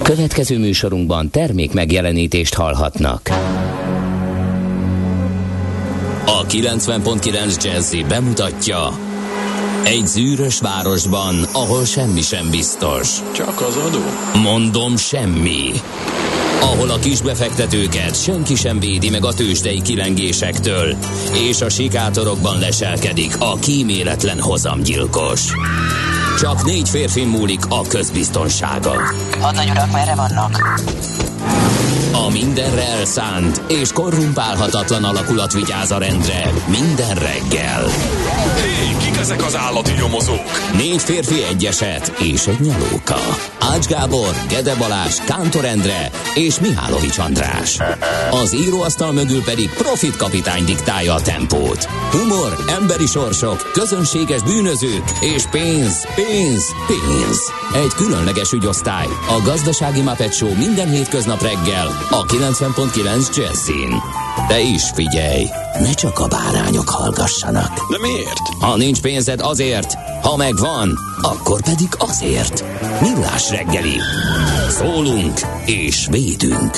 Következő műsorunkban termék megjelenítést hallhatnak. A 90.9 Jazzy bemutatja: egy zűrös városban, ahol semmi sem biztos. Csak az adó? Mondom, semmi. Ahol a kisbefektetőket senki sem védi meg a tőzsdei kilengésektől, és a sikátorokban leselkedik a kíméletlen hozamgyilkos. Csak 4 férfi múlik a közbiztonsága. Hadnagy urak, merre vannak? A mindenre elszánt és korrumpálhatatlan alakulat vigyáz a rendre minden reggel. Hé, kik ezek az állati nyomozók? 4 férfi, egy eset és egy nyalóka. Ács Gábor, Gede Balázs, Kántor Endre és Mihálovics András. Az íróasztal mögül pedig Profit kapitány diktálja a tempót. Humor, emberi sorsok, közönséges bűnözők és pénz, pénz, pénz. Egy különleges ügyosztály, a Gazdasági Muppet Show minden hétköznap reggel a 90.9 Jazzyn. De is figyelj, ne csak a bárányok hallgassanak. De miért? Ha nincs pénzed, azért, ha megvan, akkor pedig azért. Millás reggeli. Szólunk és védünk.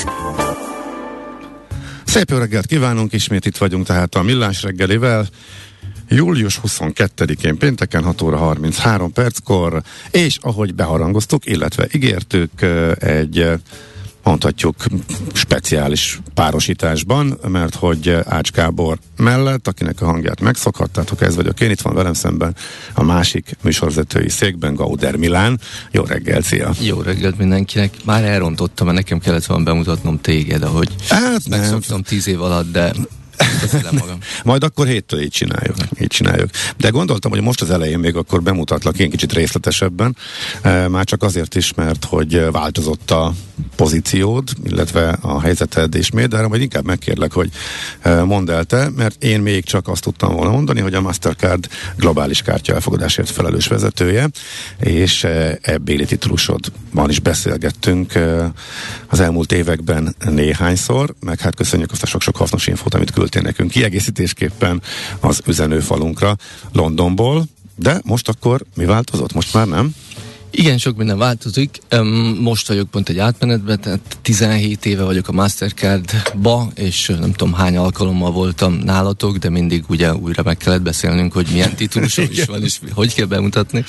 Szép jó reggelt kívánunk, ismét itt vagyunk tehát a Millás reggelivel. Július 22-én pénteken 6 óra 33 perckor, és ahogy beharangoztuk, illetve ígértük, egy mondhatjuk speciális párosításban, mert hogy Ács Gábor mellett, akinek a hangját megszokhattátok, ez vagyok én, itt van velem szemben a másik műsorvezetői székben Gauder Milán. Jó reggel, szia! Jó reggelt mindenkinek. Már elrontottam, mert nekem kellett volna bemutatnom téged, ahogy megszoktam 10 év alatt, de magam. Majd akkor héttől így csináljuk. De gondoltam, hogy most az elején még akkor bemutatlak én kicsit részletesebben, már csak azért is, mert hogy változott a pozíciód, illetve a helyzeted és miért, de erre majd inkább megkérlek, hogy mondd el te, mert én még csak azt tudtam volna mondani, hogy a Mastercard globális kártya elfogadásért felelős vezetője, és ebbéli titulusodban is beszélgettünk az elmúlt években néhányszor, meg hát köszönjük azt a sok-sok hasznos infót, amit küldtél nekünk kiegészítésképpen az üzenőfalunkra Londonból, de most akkor mi változott? Most már nem? Igen, sok minden változik. Most vagyok pont egy átmenetben, tehát 17 éve vagyok a Mastercardba, és nem tudom hány alkalommal voltam nálatok, de mindig ugye újra meg kellett beszélnünk, hogy milyen titulusom is van, és hogy kell bemutatni.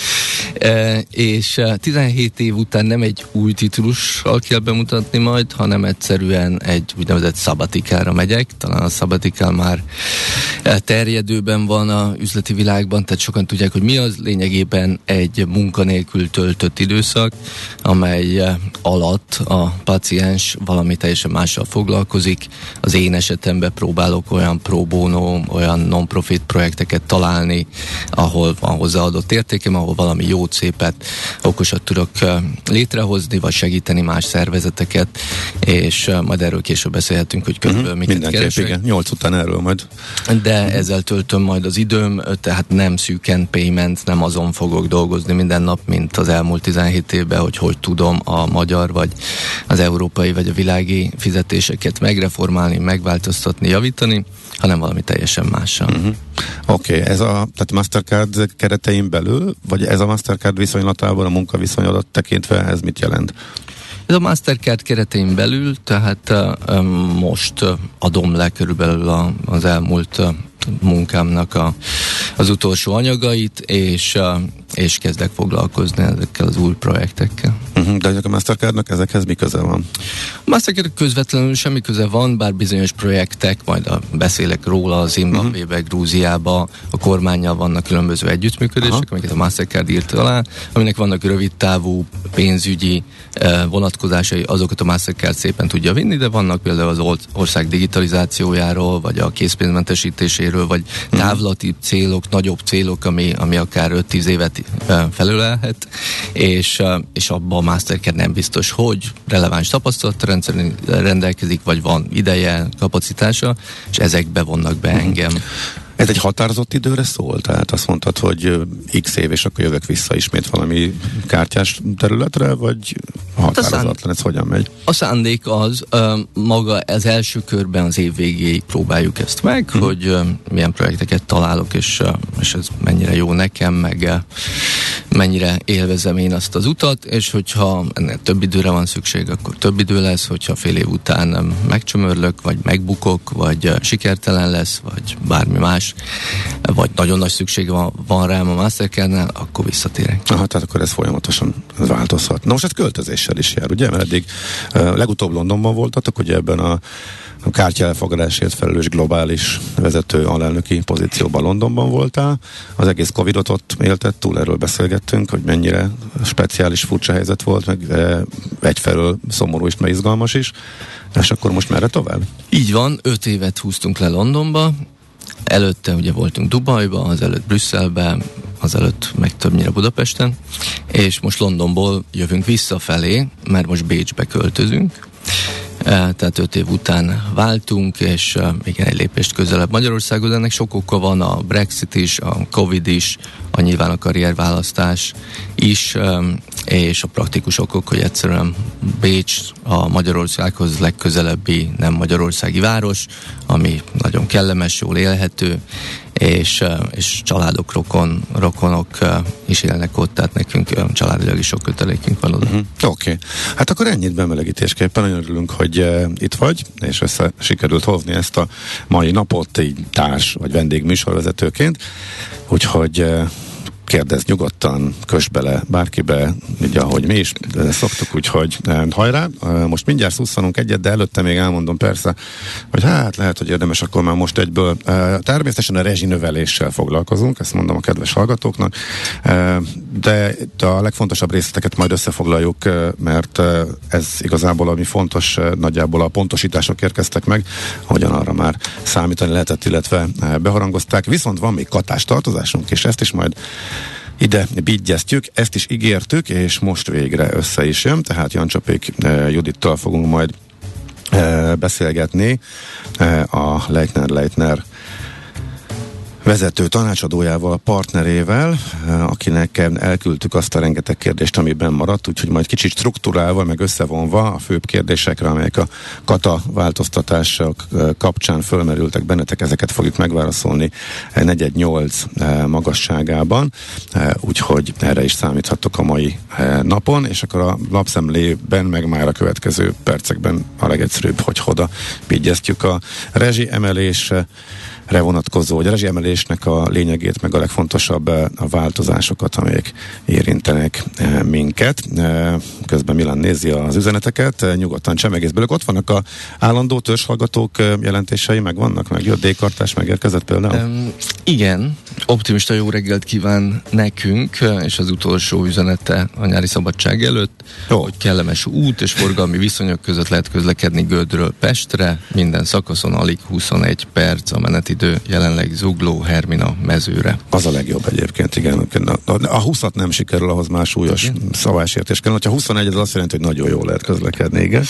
És 17 év után nem egy új titulussal kell bemutatni majd, hanem egyszerűen egy úgynevezett szabatikára megyek. Talán a szabatikál már terjedőben van a üzleti világban, tehát sokan tudják, hogy mi az. Lényegében egy munkanélkül töltött időszak, amely alatt a paciens valami teljesen mással foglalkozik. Az én esetemben próbálok olyan pro bono, olyan non-profit projekteket találni, ahol van hozzáadott értékem, ahol valami jót, szépet, okosat tudok létrehozni, vagy segíteni más szervezeteket, és majd erről később beszélhetünk, hogy körülbelül miket keresek. Igen, 8 után erről majd. De ezzel töltöm majd az időm, tehát nem szűken payment, nem azon fogok dolgozni minden nap, mint az elmúlt 17 évben, hogy tudom a magyar, vagy az európai, vagy a világi fizetéseket megreformálni, megváltoztatni, javítani, hanem valami teljesen mással. Oké, ez tehát Mastercard keretein belül, vagy ez a Mastercard viszonylatában, a munkaviszonyodat tekintve, ez mit jelent? Ez a Mastercard keretein belül, tehát most adom le körülbelül az elmúlt munkámnak az utolsó anyagait, és kezdek foglalkozni ezekkel az új projektekkel. De a Mastercardnak ezekhez mi köze van? A Mastercard közvetlenül semmi köze van, bár bizonyos projektek, majd beszélek róla, Zimbabvébe, Grúziába, a kormánnyal vannak különböző együttműködések, amiket a Mastercard írt alá, aminek vannak rövidtávú pénzügyi vonatkozásai, azokat a Mastercard szépen tudja vinni, de vannak például az ország digitalizációjáról, vagy a készpénzmentesítéséről, vagy távlati célok, nagyobb célok, ami akár 5-10 évet felölelhet, és abban a Mastercard nem biztos, hogy releváns tapasztalatrendszer rendelkezik, vagy van ideje, kapacitása, és ezek bevonnak be engem. Ez egy határozott időre szól? Tehát azt mondtad, hogy x év, és akkor jövök vissza ismét valami kártyás területre, vagy határozatlan, ez hogyan megy? A szándék az, maga az első körben az év végéig próbáljuk ezt meg, hogy milyen projekteket találok, és ez mennyire jó nekem, meg mennyire élvezem én azt az utat, és hogyha ennél több időre van szükség, akkor több idő lesz, hogyha fél év után megcsömörlök, vagy megbukok, vagy sikertelen lesz, vagy bármi más, vagy nagyon nagy szükség van rám a Mastercardnál, akkor visszatérek. Aha, tehát akkor ez folyamatosan változhat. Na most ez költözéssel is jár, ugye? Mert eddig legutóbb Londonban voltatok, ugye ebben a kártyaelfogadásért felelős globális vezető alelnöki pozícióban Londonban voltál. Az egész Covidot ott élted túl, erről beszélgettünk, hogy mennyire speciális, furcsa helyzet volt, meg egyfelől szomorú is, meg izgalmas is. És akkor most merre tovább? Így van, 5 évet húztunk le Londonba, előtte ugye voltunk Dubajba, azelőtt Brüsszelbe, azelőtt meg többnyire Budapesten, és most Londonból jövünk visszafelé, mert most Bécsbe költözünk. Tehát 5 év után váltunk, és igen, egy lépést közelebb Magyarországon. Ennek sok oka van, a Brexit is, a Covid is, nyilván a karrierválasztás is, és a praktikus okok, hogy egyszerűen Bécs a Magyarországhoz legközelebbi nem magyarországi város, ami nagyon kellemes, jól élhető, és családok, rokonok is élnek ott, tehát nekünk családilag is sok kötelékünk van oda. Oké. Hát akkor ennyit bemelegítésképpen. Nagyon örülünk, hogy itt vagy, és össze sikerült hozni ezt a mai napot így társ vagy vendég műsorvezetőként. Úgyhogy kérdezz nyugodtan, köss bele bárkibe, így ahogy mi is szoktuk, úgyhogy hajrá. Most mindjárt szusszanunk egyet, de előtte még elmondom persze, hogy hát lehet, hogy érdemes akkor már most egyből. Természetesen a rezsinöveléssel foglalkozunk, ezt mondom a kedves hallgatóknak, de a legfontosabb részleteket majd összefoglaljuk, mert ez igazából ami fontos, nagyjából a pontosítások érkeztek meg, ahogyan arra már számítani lehetett, illetve beharangozták. Viszont van még katástartozásunk, és ezt is majd ide bigyeztjük, ezt is ígértük, és most végre össze is jön, tehát Jancsapék Judittal fogunk majd beszélgetni a Leitner vezető tanácsadójával, partnerével, akinek elküldtük azt a rengeteg kérdést, amiben maradt, úgyhogy majd kicsit struktúrálva, meg összevonva a főbb kérdésekre, amelyek a kata változtatások kapcsán fölmerültek bennetek, ezeket fogjuk megválaszolni 4-8 magasságában, úgyhogy erre is számíthattok a mai napon, és akkor a lapszemlében, meg már a következő percekben a legegyszerűbb, hogy hoda vigyeztjük a rezsiemelés vonatkozó, hogy a rezsiemelésnek a lényegét, meg a legfontosabb a változásokat, amelyek érintenek minket. Közben Milán nézi az üzeneteket, nyugodtan csemegészből. Ott vannak a állandó törzshallgatók jelentései, meg vannak, meg jött D-kartás, megérkezett például? Igen, optimista jó reggelt kíván nekünk, és az utolsó üzenete a nyári szabadság előtt, hogy kellemes út és forgalmi viszonyok között lehet közlekedni Gödről Pestre, minden szakaszon alig 21 perc a menetidő, jelenleg Zugló, Hermina, Mezőre. Az a legjobb egyébként, igen. A 20-at nem sikerül, ahhoz már súlyos szabásértés kell. Ha 21, az azt jelenti, hogy nagyon jól lehet közlekedni, igen.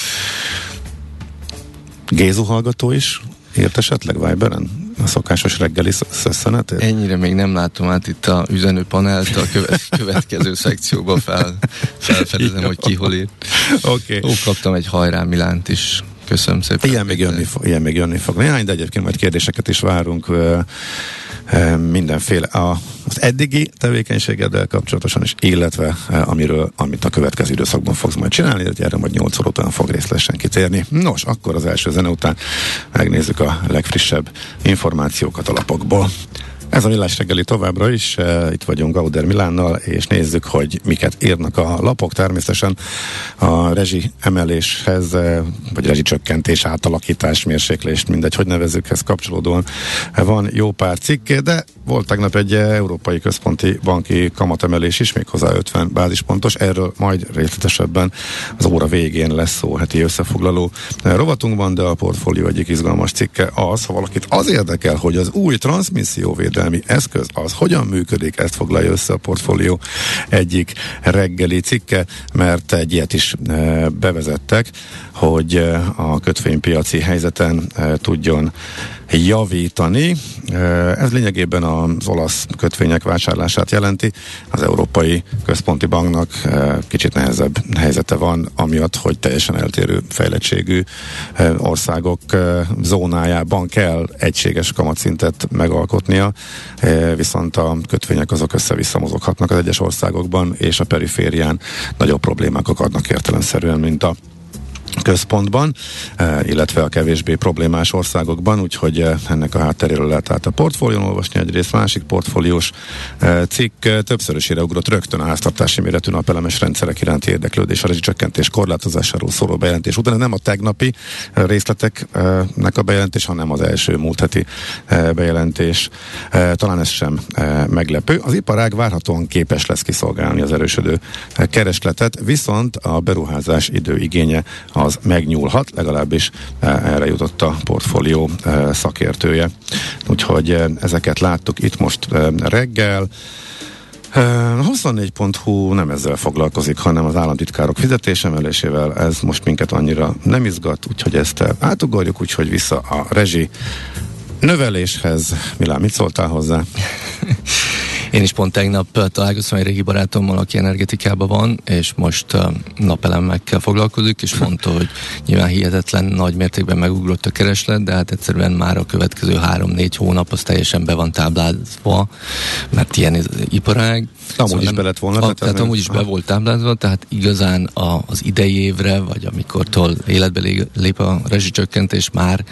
Gézu hallgató is írt esetleg Viberen? A szokásos reggeli szösszenetét? Ennyire még nem látom át itt a üzenőpanelt, a következő szekcióba felfedezem, hogy ki hol írt. Oké. Kaptam egy hajrá Milánt is. Köszönöm szépen. Ilyen még jönni fog. Néhány, de egyébként majd kérdéseket is várunk mindenféle az eddigi tevékenységeddel kapcsolatosan is, illetve amit a következő időszakban fogsz majd csinálni, de erre majd 8 óra után fog részletesen kitérni. Nos, akkor az első zene után megnézzük a legfrissebb információkat a lapokból. Ez a Millás reggeli továbbra is, itt vagyunk Gauder Milánnal, és nézzük, hogy miket írnak a lapok. Természetesen a rezsi emeléshez, vagy rezsicsökkentés, átalakítás, mérséklést, mindegy, hogy nevezzük, ezt kapcsolódóan van jó pár cikk, de volt tegnap egy Európai Központi Banki kamatemelés is, méghozzá 50 bázispontos, erről majd részletesebben az óra végén lesz szó, heti összefoglaló rovatunkban, de a portfólió egyik izgalmas cikke az, ha valakit az érdekel, hogy az új transmisszióvédelmi eszköz az hogyan működik, ezt foglalja össze a portfólió egyik reggeli cikke, mert egy ilyet is bevezettek, hogy a kötvénypiaci helyzeten tudjon javítani. Ez lényegében az olasz kötvények vásárlását jelenti. Az Európai Központi Banknak kicsit nehezebb helyzete van, amiatt, hogy teljesen eltérő fejlettségű országok zónájában kell egységes kamatszintet megalkotnia, viszont a kötvények azok össze-vissza mozoghatnak az egyes országokban, és a periférián nagyobb problémák akadnak értelemszerűen, mint a központban, illetve a kevésbé problémás országokban, úgyhogy ennek a hátteréről lehet át a portfólión olvasni egyrészt, másik portfóliós cikk többszörösére ugrott rögtön a háztartási méretű napelemes rendszerek iránti érdeklődés, a rezsicsökkentés korlátozásáról szóló bejelentés után. Ez nem a tegnapi részleteknek a bejelentés, hanem az első múlt heti bejelentés. Talán ez sem meglepő. Az iparág várhatóan képes lesz kiszolgálni az erősödő keresletet, viszont a beruházás időigénye az megnyúlhat, legalábbis erre jutott a portfólió szakértője. Úgyhogy ezeket láttuk itt most reggel. A 24.hu nem ezzel foglalkozik, hanem az államtitkárok fizetésemelésével. Ez most minket annyira nem izgat, úgyhogy ezt átugorjuk, úgyhogy vissza a rezsi növeléshez. Milán, mit szóltál hozzá? Én is pont tegnap találkoztam egy régi barátommal, aki energetikában van, és most napelemekkel foglalkozik, és mondta, hogy nyilván hihetetlen nagy mértékben megugrott a kereslet, de hát egyszerűen már a következő 3-4 hónap az teljesen be van táblázva, mert ilyen az iparág. Amúgy is be lett volna. Tehát amúgy is be volt táblázva, tehát igazán az idei évre, vagy amikortól életbe lép a rezsicsökkentés, már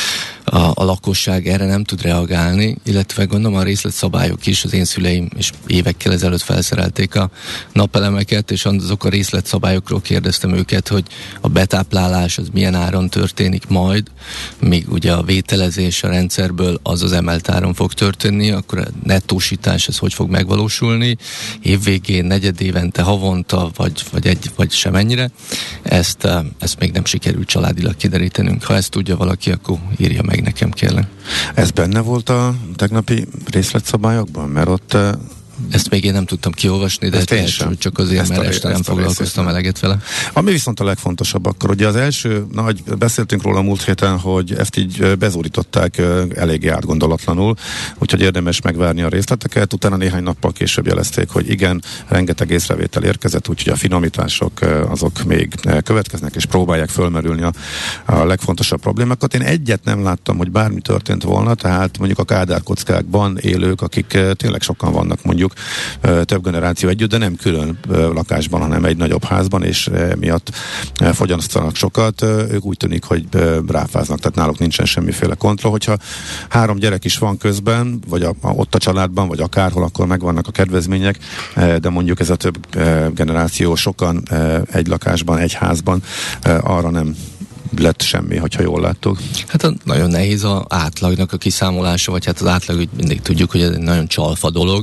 a lakosság erre nem tud reagálni, illetve gondolom a részletszabályok is, az én szüleim és évekkel ezelőtt felszerelték a napelemeket, és azok a részletszabályokról kérdeztem őket, hogy a betáplálás az milyen áron történik majd, míg ugye a vételezés a rendszerből az emelt áron fog történni, akkor a nettósítás ez hogy fog megvalósulni, évvégén, negyedévente, havonta, vagy semennyire. Ezt még nem sikerült családilag kiderítenünk. Ha ezt tudja valaki, akkor írja meg nekem, kérlek. Ez benne volt a tegnapi részletszabályokban? Mert ott... Ezt még én nem tudtam kiolvasni, de csak azért, mert este nem foglalkoztam eleget vele. Ami viszont a legfontosabb, akkor ugye az első, beszéltünk róla múlt héten, hogy ezt így bezúrították eléggé átgondolatlanul, úgyhogy érdemes megvárni a részleteket, utána néhány nappal később jelezték, hogy igen, rengeteg észrevétel érkezett, úgyhogy a finomítások azok még következnek, és próbálják fölmerülni a legfontosabb problémákat. Én egyet nem láttam, hogy bármi történt volna, tehát mondjuk a kádárkockákban élők, akik tényleg sokan vannak mondjuk több generáció együtt, de nem külön lakásban, hanem egy nagyobb házban, és miatt fogyasztanak sokat. Ők úgy tűnik, hogy ráfáznak, tehát náluk nincsen semmiféle kontroll. Hogyha 3 gyerek is van közben, vagy ott a családban, vagy akárhol, akkor megvannak a kedvezmények, de mondjuk ez a több generáció sokan egy lakásban, egy házban, arra nem lett semmi, hogyha jól láttuk. Hát nagyon nehéz az átlagnak a kiszámolása, vagy hát az átlag, hogy mindig tudjuk, hogy ez egy nagyon csalfa dolog,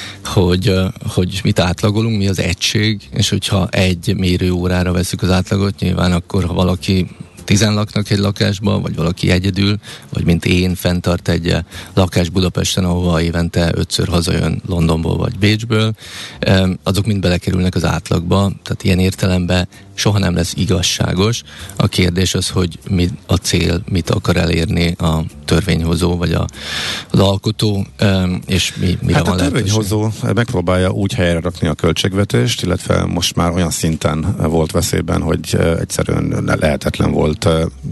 hogy mit átlagolunk, mi az egység, és hogyha egy mérőórára veszük az átlagot, nyilván akkor, ha valaki 10 laknak egy lakásban, vagy valaki egyedül, vagy mint én fenntart egy lakás Budapesten, ahova évente 5-ször hazajön Londonból vagy Bécsből, azok mind belekerülnek az átlagba, tehát ilyen értelemben soha nem lesz igazságos. A kérdés az, hogy mi a cél, mit akar elérni a törvényhozó, vagy az alkotó, és mire van lehetőség. A törvényhozó megpróbálja úgy helyre rakni a költségvetést, illetve most már olyan szinten volt veszélyben, hogy egyszerűen lehetetlen volt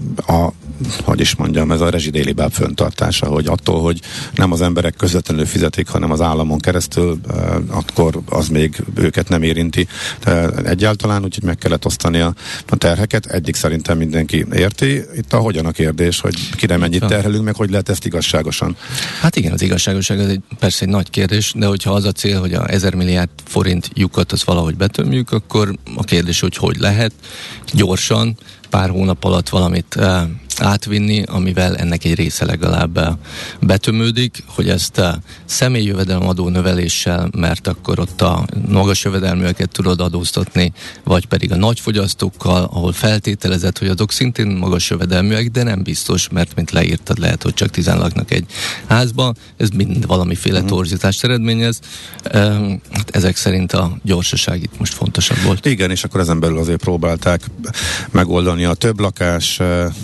ez a rezsidéli báb föntartása, hogy attól, hogy nem az emberek közvetlenül fizetik, hanem az államon keresztül, akkor az még őket nem érinti egyáltalán, úgyhogy meg kellett osztani a terheket. Eddig szerintem mindenki érti. Itt a hogyan a kérdés, hogy kire mennyit terhelünk, meg hogy lehet ezt igazságosan. Hát igen, az igazságosság az persze egy nagy kérdés, de hogyha az a cél, hogy a 1000 milliárd forint lyukat az valahogy betömjük, akkor a kérdés, hogy lehet gyorsan, pár hónap alatt valamit átvinni, amivel ennek egy része legalább betömődik, hogy ezt személyi jövedelemadó növeléssel, mert akkor ott a magas jövedelműeket tudod adóztatni, vagy pedig a nagyfogyasztókkal, ahol feltételezett, hogy azok szintén magas jövedelműek, de nem biztos, mert mint leírtad, lehet, hogy csak 10 laknak egy házba, ez mind valamiféle torzítást eredményez. Hát ezek szerint a gyorsaság itt most fontosabb volt. Igen, és akkor ezen belül azért próbálták megoldani a több lakás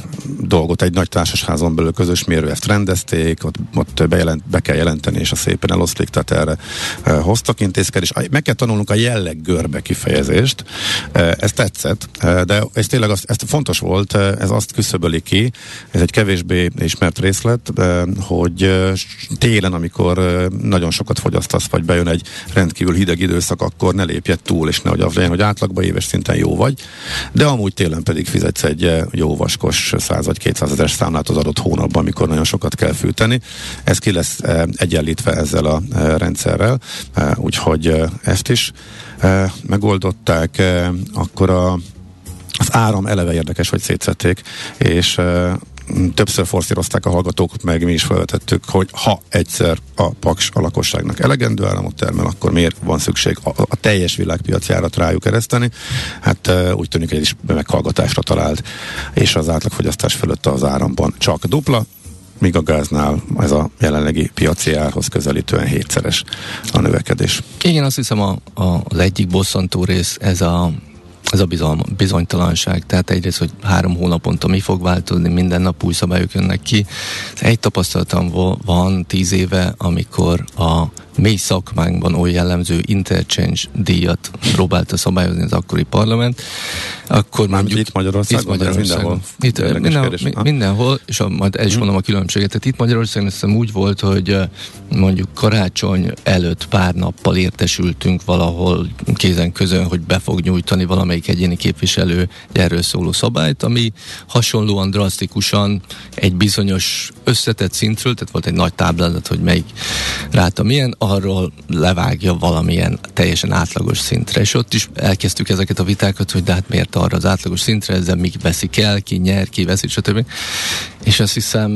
dolgot egy nagy társasházon belül közös mérő, ezt rendezték, ott be kell jelenteni, és a szépen eloszlik, tehát erre hoztak intézkedést. Meg kell tanulnunk a jelleggörbe kifejezést, ez tetszett, de ez tényleg ez fontos volt, ez azt küszöböli ki, ez egy kevésbé ismert részlet, hogy télen, amikor nagyon sokat fogyasztasz, vagy bejön egy rendkívül hideg időszak, akkor ne lépjed túl, és nehogy az legyen, hogy átlagban éves szinten jó vagy, de amúgy télen pedig fizetsz egy jó vaskos 100 vagy 200 ezeres számlát az adott hónapban, amikor nagyon sokat kell fűteni. Ez ki lesz egyenlítve ezzel a rendszerrel, úgyhogy ezt is megoldották. Akkor az áram eleve érdekes, hogy szétszették, és többször forszírozták a hallgatók, meg mi is felvetettük, hogy ha egyszer a Paks a lakosságnak elegendő áramot termel, akkor miért van szükség a teljes világpiaci árat rájuk ereszteni? Hát úgy tűnik, hogy ez is meghallgatásra talált, és az átlagfogyasztás fölött az áramban csak dupla, míg a gáznál ez a jelenlegi piaci árhoz közelítően 7-szeres a növekedés. Igen, azt hiszem az egyik bosszantó rész ez a bizonytalanság. Tehát egyrészt, hogy 3 hónaponta mi fog változni, minden nap új szabályok jönnek ki. Egy tapasztalatom van 10 éve, amikor a mély szakmánkban oly jellemző interchange díjat próbálta szabályozni az akkori parlament, akkor mondjuk... Itt Magyarországon? Mindenhol, és majd el is mondom a különbséget. Tehát itt Magyarországon hiszem úgy volt, hogy mondjuk karácsony előtt pár nappal értesültünk valahol kézen közön, hogy be fog nyújtani valamelyik egyéni képviselő erről szóló szabályt, ami hasonlóan drasztikusan egy bizonyos összetett szintről, tehát volt egy nagy táblázat, hogy melyik ráta milyen, arról levágja valamilyen teljesen átlagos szintre. És ott is elkezdtük ezeket a vitákat, hogy de hát miért arra az átlagos szintre, ezzel mi veszik el, ki nyer, ki veszik, stb. És azt hiszem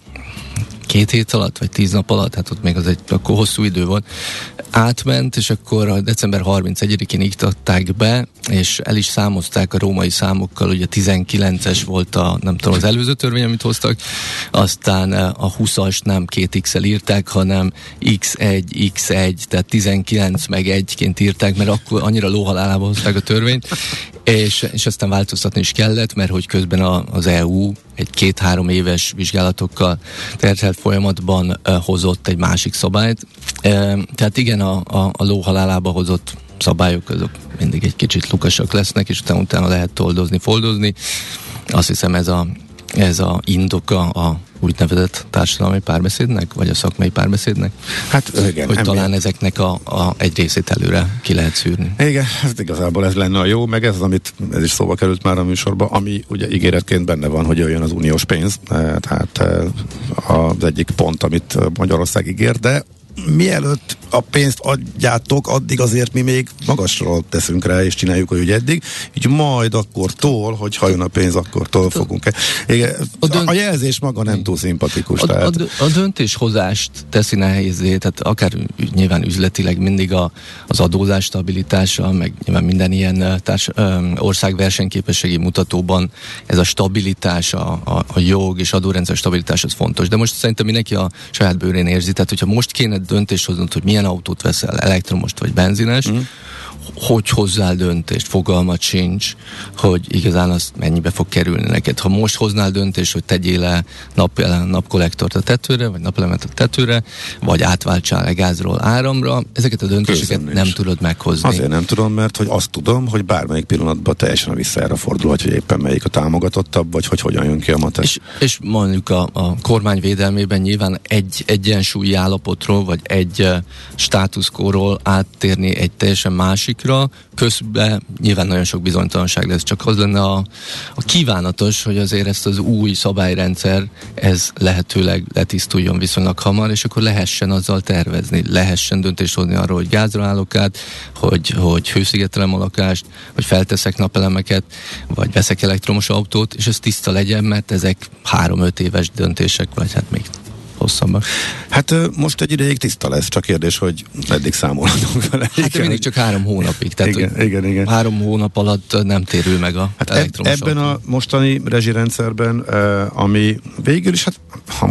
2 hét alatt, vagy 10 nap alatt, hát ott még az akkor hosszú idő volt, átment, és akkor a december 31-én iktatták be, és el is számozták a római számokkal, ugye 19-es volt az előző törvény, amit hoztak, aztán a 20-as nem 2x-el írták, hanem x1, x1, tehát 19 meg 1-ként írták, mert akkor annyira lóhalálába hozták a törvényt, és aztán változtatni is kellett, mert hogy közben az EU egy 2-3 éves vizsgálatokkal terhelt folyamatban hozott egy másik szabályt. Tehát igen, a lóhalálába hozott szabályok azok mindig egy kicsit lukasak lesznek, és utána lehet toldozni, foldozni. Azt hiszem ez a indoka a úgynevezett társadalmi párbeszédnek, vagy a szakmai párbeszédnek? Hát igen. Hogy talán ezeknek egy részét előre ki lehet szűrni. Igen, ez igazából ez lenne a jó, meg ez ez is szóba került már a műsorban, ami ugye ígéretként benne van, hogy jöjjön az uniós pénz, tehát az egyik pont, amit Magyarország ígér, de mielőtt a pénzt adjátok, addig azért mi még magasról teszünk rá, és csináljuk, hogy eddig, így majd akkortól, hogyha jön a pénz, akkortól fogunk. Igen, a jelzés maga nem túl szimpatikus. A döntéshozást teszi nehézé, tehát akár nyilván üzletileg mindig az adózás stabilitása, meg nyilván minden ilyen ország versenyképességi mutatóban ez a stabilitás, a jog és adórendszer stabilitás az fontos. De most szerintem mindenki a saját bőrén érzi, tehát hogyha most kéne döntést hoznod, hogy milyen autót veszel, elektromost vagy benzines, hogy hozzál döntést, fogalmat sincs, hogy igazán az mennyibe fog kerülni neked. Ha most hoznál döntést, hogy tegyél le napkollektort a tetőre, vagy napelemet a tetőre, vagy átváltsál gázról áramra, ezeket a döntéseket nem tudod meghozni. Azért nem tudom, mert hogy azt tudom, hogy bármelyik pillanatban teljesen a visszájára fordulhat, hogy éppen melyik a támogatottabb, vagy hogy hogyan jön ki a matek. És mondjuk a kormány védelmében nyilván egy egyensúlyi állapotról, vagy egy státuszkóról áttérni egy teljesen másikra, közben nyilván nagyon sok bizonytalanság lesz, csak az lenne a kívánatos, hogy azért ezt az új szabályrendszer, ez lehetőleg letisztuljon viszonylag hamar, és akkor lehessen azzal tervezni, lehessen döntést hozni arról, hogy gázra állok át, hogy hőszigetelem a lakást, hogy felteszek napelemeket, vagy veszek elektromos autót, és ez tiszta legyen, mert ezek 3-5 éves döntések, vagy hát még hosszabbak. Hát most egy ideig tiszta lesz, csak kérdés, hogy meddig számolhatunk vele. Hát mindig csak 3 hónapig. Tehát igen. 3 hónap alatt nem térül meg a elektromos ebben autó. A mostani rezsirendszerben, ami végül is, hát ha most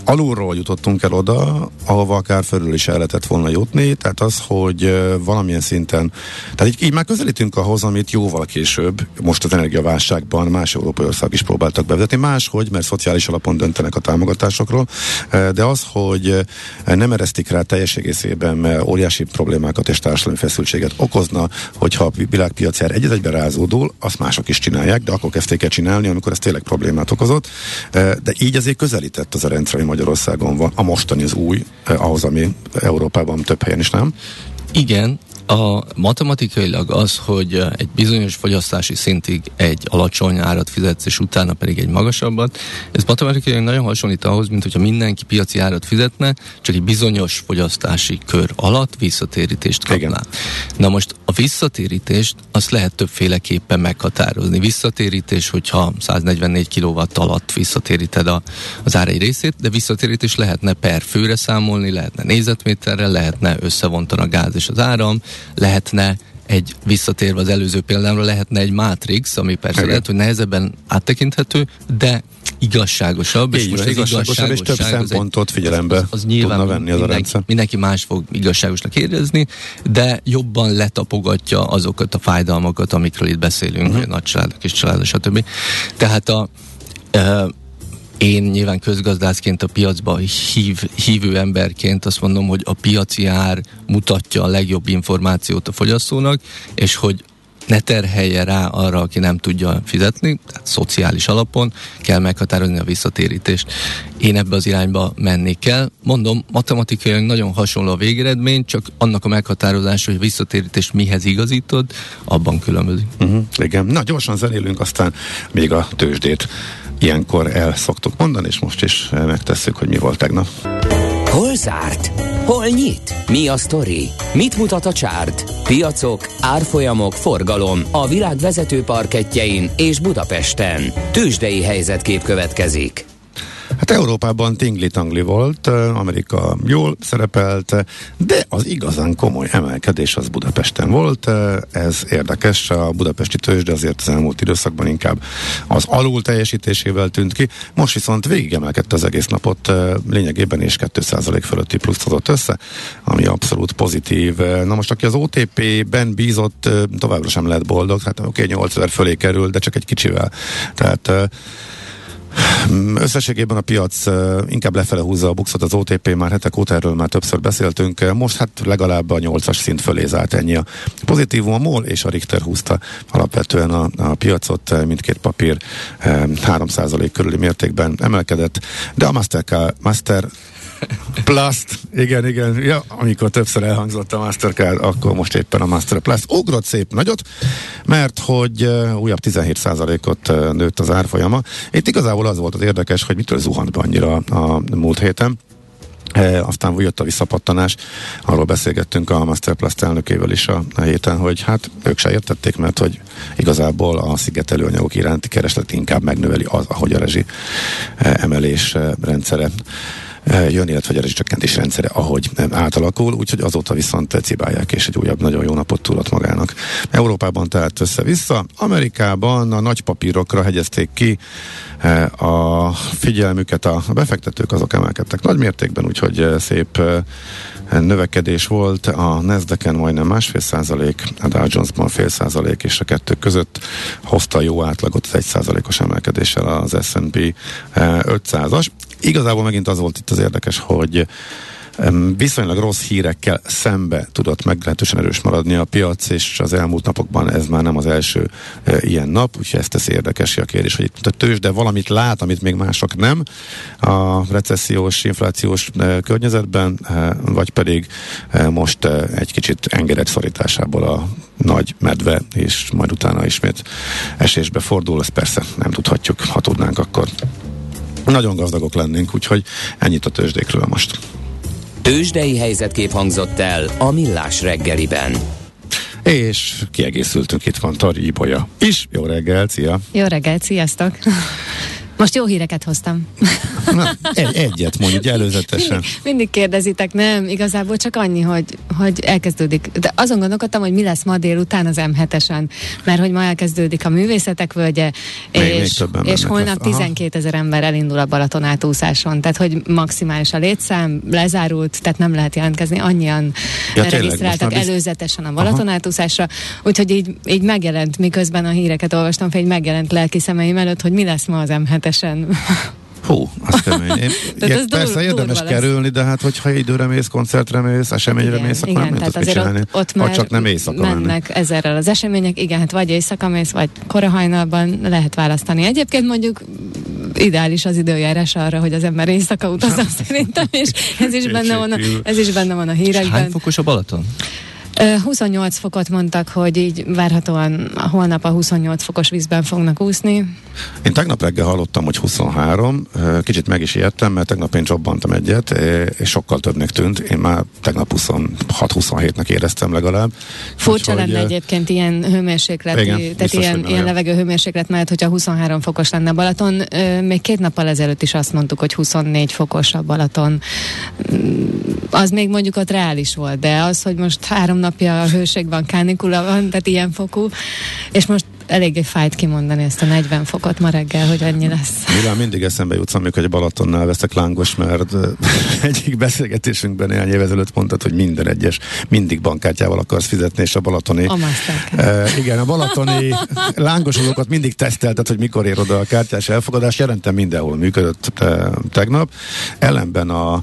alulról jutottunk el oda, ahova akár fölül is el lehetett volna jutni, tehát az, hogy valamilyen szinten, tehát így már közelítünk ahhoz, amit jóval később, most az energiaválságban más európai országok is próbáltak bevezetni, máshogy, mert szociális alapon döntenek a támogatásokról, de az, hogy nem eresztik rá teljes egészében, mert óriási problémákat és társadalmi feszültséget okozna, hogyha a világpiac egyben rázódul, azt mások is csinálják, de akkor kezdték el csinálni, amikor ez tényleg problémát okozott, de így azért közelített az a rendszer, ami Magyarországon van, a mostani az új, ahhoz, ami Európában több helyen is, nem? Igen, a matematikailag az, hogy egy bizonyos fogyasztási szintig egy alacsony árat fizetsz, és utána pedig egy magasabbat, ez matematikailag nagyon hasonlít ahhoz, mint hogyha mindenki piaci árat fizetne, csak egy bizonyos fogyasztási kör alatt visszatérítést kapná. Igen. Na most a visszatérítést azt lehet többféleképpen meghatározni. Visszatérítés, hogyha 144 kW alatt visszatéríted az ár egy részét, de visszatérítés lehetne per főre számolni, lehetne négyzetméterre, lehetne összevontan a gáz és az áram, lehetne egy, visszatérve az előző példámra, lehetne egy mátrix, ami persze igen, lehet, hogy nehezebben áttekinthető, de igazságosabb. És most igazságosabb, és több szempontot figyelembe az nyilván tudna venni az a rendszer. Mindenki más fog igazságosnak érezni, de jobban letapogatja azokat a fájdalmakat, amikről itt beszélünk, nagy családok, kis családok, stb. Tehát én nyilván közgazdászként a piacba hívő emberként azt mondom, hogy a piaci ár mutatja a legjobb információt a fogyasztónak, és hogy ne terhelje rá arra, aki nem tudja fizetni, tehát szociális alapon kell meghatározni a visszatérítést. Én ebbe az irányba mennék el. Mondom, matematikailag nagyon hasonló a végeredmény, csak annak a meghatározása, hogy a visszatérítést mihez igazítod, abban különbözik. Igen. Na, gyorsan zenélünk, aztán még a tőzsdét ilyenkor el szoktuk mondani, és most is megtesszük, hogy mi volt tegnap. Hol zárt? Hol nyit? Mi a sztori? Mit mutat a csárt? Piacok, árfolyamok, forgalom a világ vezető parkettjein és Budapesten. Tőzsdei helyzetkép következik. Hát Európában tingli-tangli volt, Amerika jól szerepelt, de az igazán komoly emelkedés az Budapesten volt. Ez érdekes, a budapesti tőzsde azért az elmúlt időszakban inkább az alul teljesítésével tűnt ki. Most viszont végigemelkedte az egész napot, lényegében és 2% fölötti pluszt hozott össze, ami abszolút pozitív. Na most, aki az OTP-ben bízott, továbbra sem lehet boldog, hát oké, 8000 fölé kerül, de csak egy kicsivel. Tehát összességében a piac inkább lefele húzza a bukszot, az OTP már hetek óta, erről már többször beszéltünk, most hát legalább a 8-as szint fölé zárt, ennyi a pozitívum. A MOL és a Richter húzta alapvetően a piacot, mindkét papír 3% körüli mértékben emelkedett, de a Master Plus, igen, ja, amikor többször elhangzott a Mastercard, akkor most éppen a Master Plus ugrott szép nagyot, mert hogy újabb 17%-ot nőtt az árfolyama. Itt igazából az volt az érdekes, hogy mitől zuhant be annyira a múlt héten. Aztán jött a visszapattanás, arról beszélgettünk a Master Plus elnökével is a héten, hogy hát ők se értették, mert hogy igazából a szigetelő anyagok iránti kereslet inkább megnöveli az, ahogy a rezsi emelés rendszere jön, illetve a rezsicsökkentés rendszere, ahogy átalakul, úgyhogy azóta viszont cibálják, és egy újabb nagyon jó napot tudott magának. Európában tehát össze-vissza, Amerikában a nagy papírokra hegyezték ki a figyelmüket, a befektetők azok emelkedtek nagy mértékben, úgyhogy szép növekedés volt, a Nasdaqen majdnem 1,5%, a Dow Jonesban 0,5% és a kettő között hozta jó átlagot az 1%-os emelkedéssel az S&P 500-as. Igazából megint az volt itt az érdekes, hogy viszonylag rossz hírekkel szembe tudott meglehetősen erős maradni a piac, és az elmúlt napokban ez már nem az első ilyen nap, úgyhogy ezt teszi érdekes a kérdés, hogy itt a tőzsde valamit lát, amit még mások nem a recessziós, inflációs környezetben, vagy pedig most egy kicsit engedett szorításából a nagy medve, és majd utána ismét esésbe fordul, ezt persze nem tudhatjuk, ha tudnánk, akkor nagyon gazdagok lennénk, úgyhogy ennyit a tőzsdékről most. Tőzsdei helyzetkép hangzott el a Millás reggeliben. És kiegészültünk, itt van Tari Ibolya is. Jó reggel, szia! Jó reggel, sziasztok! Most jó híreket hoztam. Na, egyet mondjuk előzetesen. Mindig kérdezitek, nem? Igazából csak annyi, hogy elkezdődik. De azon gondolkodtam, hogy mi lesz ma délután az M7-esen, mert hogy ma elkezdődik a Művészetek Völgye, és holnap 12 000 ember elindul a Balaton átúszáson. Tehát, hogy maximális a létszám, lezárult, tehát nem lehet jelentkezni. Annyian regisztráltak előzetesen a Balaton átúszásra, úgyhogy így megjelent, miközben a híreket olvastam fel, így megjelent lelki szemeim előtt, hogy mi lesz ma az M7-esen. Hú, az kemény. Persze érdemes kerülni, de hát hogyha időre mész, koncertre mész, eseményre mész, akkor nem tudsz mit csinálni. Ott már csak nem éjszaka mennek ezerrel az események, igen, hát vagy éjszaka mész, vagy korahajnalban lehet választani. Egyébként mondjuk ideális az időjárás arra, hogy az ember éjszaka utazom szerintem, és ez is benne van a hírekben. Hány fokos a Balaton? 28 fokot mondtak, hogy így várhatóan holnap a 28 fokos vízben fognak úszni. Én tegnap reggel hallottam, hogy 23, kicsit meg is ijedtem, mert tegnap én csobbantam egyet, és sokkal többnek tűnt. Én már tegnap 26-27-nek éreztem legalább. Furcsa lenne egyébként ilyen hőmérséklet, tehát ilyen levegő hőmérséklet mellett, hogyha 23 fokos lenne a Balaton. Még 2 nappal ezelőtt is azt mondtuk, hogy 24 fokos a Balaton. Az még mondjuk ott reális volt, de az, hogy most 3 napja a hőség van, kánikula van, tehát ilyen fokú, és most eléggé fájt kimondani ezt a 40 fokot ma reggel, hogy annyi lesz. Milyen mindig eszembe jutsz, amikor egy Balatonnál veszek lángos, mert egyik beszélgetésünkben néhány év ezelőtt mondtad, hogy minden egyes, mindig bankkártyával akarsz fizetni, és a balatoni... A Mastercard. Igen, a balatoni lángosolókat mindig tesztelted, hogy mikor ér oda a kártyás elfogadás, jelentem mindenhol működött tegnap. Ellenben a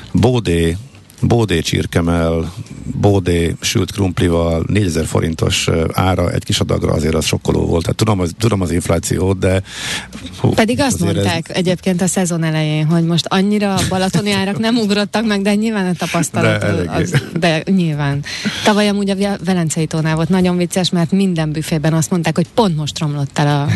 Bódé csirkemell, Bódé sült krumplival 4000 forintos ára egy kis adagra azért az sokkoló volt. Tehát tudom az inflációt, de... Pedig azt mondták egyébként a szezon elején, hogy most annyira a balatoni árak nem ugrottak meg, de nyilván a tapasztalat de nyilván. Tavaly amúgy a Velencei tónál volt nagyon vicces, mert minden büfében azt mondták, hogy pont most romlott el a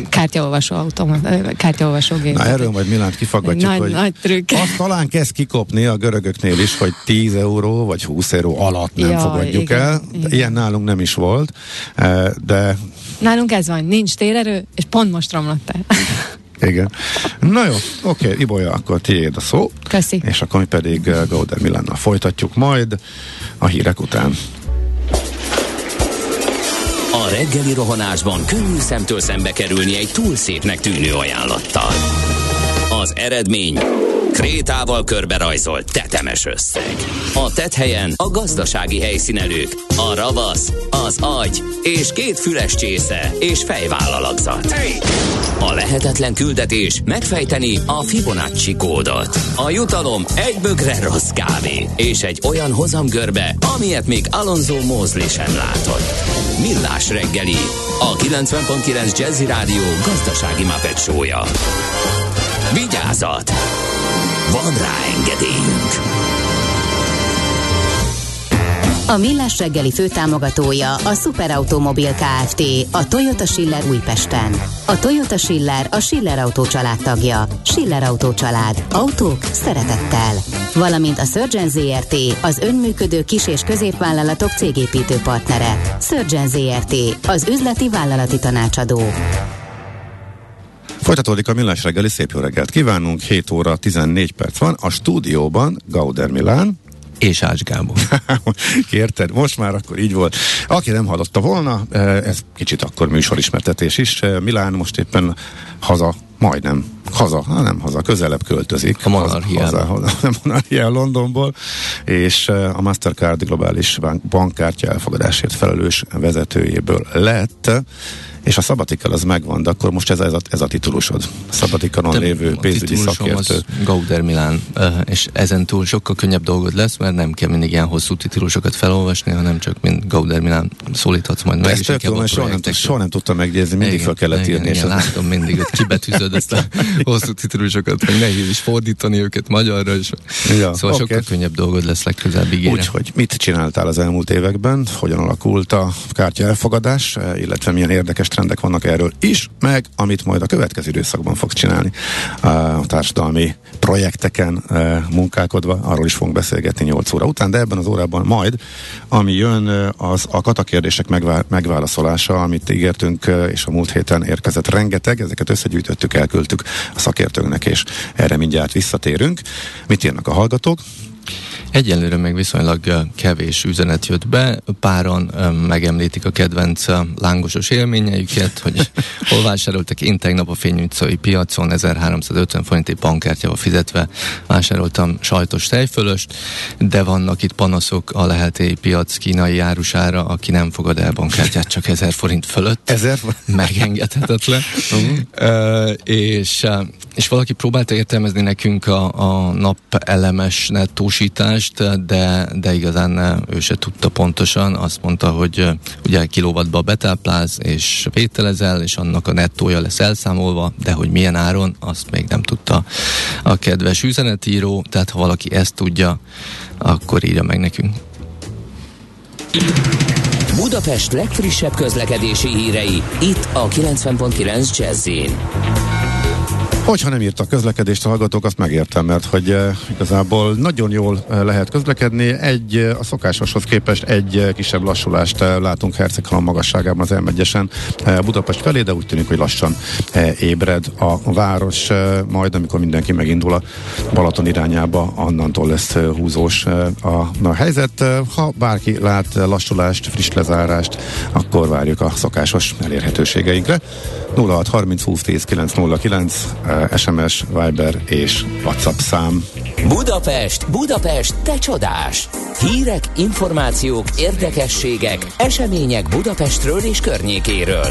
kártyaolvasógép. Na erről majd Milánt kifaggatjuk, hogy nagy trükk. Azt talán kezd kikopni a görögöknél is, hogy 10 euró vagy 20 euró alatt nem fogadjuk el. Igen. Ilyen nálunk nem is volt, de... Nálunk ez van, nincs térerő, és pont most romlott el. Igen. Na jó, oké, Ibolya, akkor tiéd a szó. Köszi. És akkor mi pedig Gauder Milánnal folytatjuk majd a hírek után. A reggeli rohanásban könnyű szemtől szembe kerülni egy túl szépnek tűnő ajánlattal. Az eredmény... krétával körberajzolt tetemes összeg. A tetthelyen a gazdasági helyszínelők, a ravasz, az agy és 2 füles csésze és fejvállalakzat. A lehetetlen küldetés megfejteni a Fibonacci kódot. A jutalom egy bögre rossz kávé és egy olyan hozamgörbe, amilyet még Alonso Mosley sem látott. Millás reggeli, a 90.9 Jazzy Rádió gazdasági Muppet show-ja. Vigyázat! Van rá engedélyünk! A Millás reggeli főtámogatója a Superautomobil Kft. A Toyota Schiller Újpesten. A Toyota Schiller a Schiller Autó család tagja. Schiller Autó család. Autók szeretettel. Valamint a Surgeon ZRT, az önműködő kis- és középvállalatok cégépítő partnere. Surgeon ZRT, az üzleti vállalati tanácsadó. Folytatódik a Millás reggeli, szép jó reggelt kívánunk, 7 óra 14 perc van, a stúdióban Gauder Milán. És Ács Gábor. Kérted, most már akkor így volt. Aki nem hallotta volna, ez kicsit akkor műsorismertetés is. Milán most éppen közelebb költözik. A Monarchia Londonból, és a Mastercard globális bankkártya elfogadásért felelős vezetőjéből lett, és a Sabbatical az megvan, de akkor most ez a titulusod. Sabbaticalon lévő pénzügyi szakértő. Gauder Milán, és ezen túl sokkal könnyebb dolgod lesz, mert nem kell mindig ilyen hosszú titulusokat felolvasni, hanem csak mint Gauder Milán szólíthatsz majd meg. Ezt soha nem tudtam megnézni, mindig fel kellett írni. Igen, látom mindig, hogy kibetűzöd ezt a hosszú titulusokat, hogy nehéz is fordítani őket magyarra, és szóval sokkal könnyebb dolgod lesz legközelebb, ígérem. Úgyhogy mit csináltál az elmúlt években, hogyan alakult a kártya elfogadás, illetve milyen érdekes trendek vannak erről is, meg amit majd a következő időszakban fog csinálni a társadalmi projekteken munkálkodva, arról is fogunk beszélgetni 8 óra után, de ebben az órában majd, ami jön, az a katakérdések megválaszolása, amit ígértünk, és a múlt héten érkezett rengeteg, ezeket összegyűjtöttük, elküldtük a szakértőnknek, és erre mindjárt visszatérünk. Mit írnak a hallgatók? Egyelőre még viszonylag kevés üzenet jött be, páran megemlítik a kedvenc lángosos élményeiket, hogy hol vásároltak. Én tegnap a Fény utcai piacon 1350 forinti bankkártyával fizetve vásároltam sajtos tejfölöst, de vannak itt panaszok a Leheltéi piac kínai árusára, aki nem fogad el bankkártyát csak 1000 forint fölött. 1000? Megengedhetetlen. És valaki próbálta értelmezni nekünk a napelemes nettósítást, de igazán ő se tudta pontosan. Azt mondta, hogy ugye kilowattba betáplálsz és vételezel, és annak a nettója lesz elszámolva, de hogy milyen áron, azt még nem tudta a kedves üzenetíró, tehát ha valaki ezt tudja, akkor írja meg nekünk. Budapest legfrissebb közlekedési hírei, itt a 90.9 Jazz-in. Hogyha nem írtak közlekedést a hallgatók, azt megértem, mert hogy igazából nagyon jól lehet közlekedni. A szokásoshoz képest egy kisebb lassulást látunk Herceghalom magasságában az M1-esen Budapest felé, de úgy tűnik, hogy lassan ébred a város, majd amikor mindenki megindul a Balaton irányába, annantól lesz húzós a helyzet. Ha bárki lát lassulást, friss lezárást, akkor várjuk a szokásos elérhetőségeinkre. 0630 20 10 909 SMS, Viber és WhatsApp szám. Budapest, te csodás! Hírek, információk, érdekességek, események Budapestről és környékéről.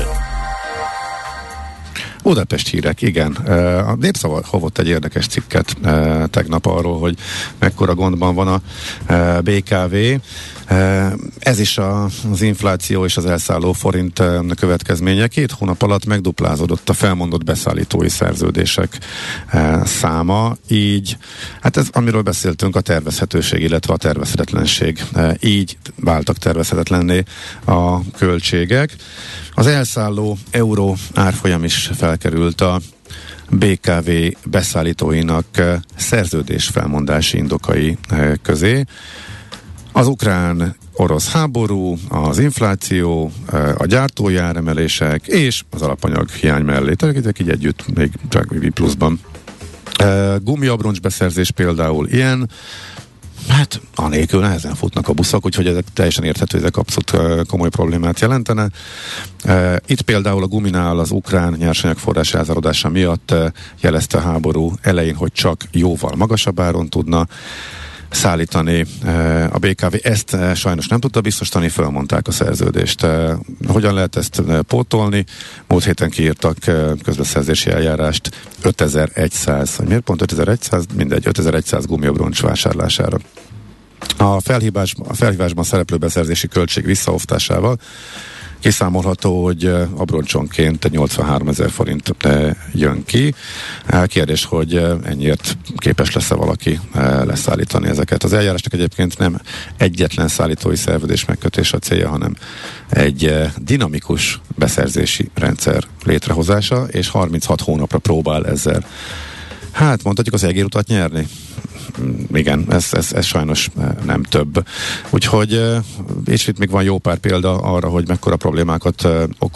Budapest hírek, igen. A Népszava hovott egy érdekes cikket tegnap arról, hogy mekkora gondban van a BKV. Ez is az infláció és az elszálló forint következménye. 2 hónap alatt megduplázódott a felmondott beszállítói szerződések száma, így, hát ez, amiről beszéltünk, a tervezhetőség, illetve a tervezhetetlenség. Így váltak tervezhetetlenné a költségek. Az elszálló euró árfolyam is felkerült a BKV beszállítóinak szerződésfelmondási indokai közé. Az ukrán-orosz háború, az infláció, a gyártói áremelések és az alapanyag hiány mellé. Tehát ezek így együtt még csak pluszban. Gumiabroncs beszerzés például ilyen, hát anélkül nehezen futnak a buszok, úgyhogy ezek teljesen érthető, ezek abszolút komoly problémát jelentene. Itt például a guminál az ukrán nyersanyagforrás elzárodása miatt jelezte a háború elején, hogy csak jóval magasabb áron tudna szállítani. A BKV ezt sajnos nem tudta biztosítani, fölmondták a szerződést. Hogyan lehet ezt pótolni? Múlt héten kiírtak közbeszerzési eljárást 5100, miért pont 5100? Mindegy, 5100 gumiabroncs vásárlására. A felhívásban szereplő beszerzési költség visszaosztásával kiszámolható, hogy abroncsonként 83 000 forint jön ki. Kérdés, hogy ennyiért képes lesz-e valaki leszállítani ezeket. Az eljárásnak egyébként nem egyetlen szállítói szerződés megkötés a célja, hanem egy dinamikus beszerzési rendszer létrehozása, és 36 hónapra próbál ezzel, hát mondhatjuk, az egérutat nyerni. Igen, ez sajnos nem több. Úgyhogy, és itt még van jó pár példa arra, hogy mekkora problémákat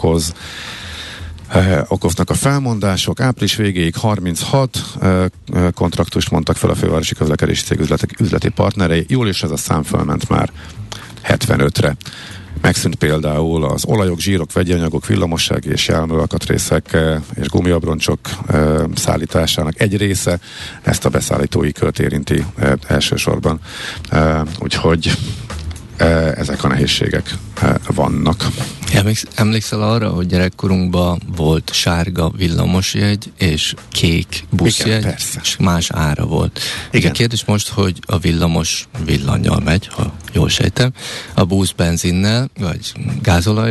okoznak a felmondások. Április végéig 36 kontraktust mondtak fel a fővárosi közlekedési cég üzleti partnerei. Július ez a szám fölment már 75-re. Megszűnt például az olajok, zsírok, vegyi anyagok, villamossági és járműalkatrészek és gumiabroncsok szállításának egy része, ezt a beszállítói kört érinti elsősorban. Úgyhogy ezek a nehézségek vannak. Emlékszel arra, hogy gyerekkorunkban volt sárga villamosjegy és kék buszjegy, igen, és más ára volt. Igen. A kérdés most, hogy a villamos villannyal megy, ha jól sejtem, a busz benzinnel, vagy gázolajjal,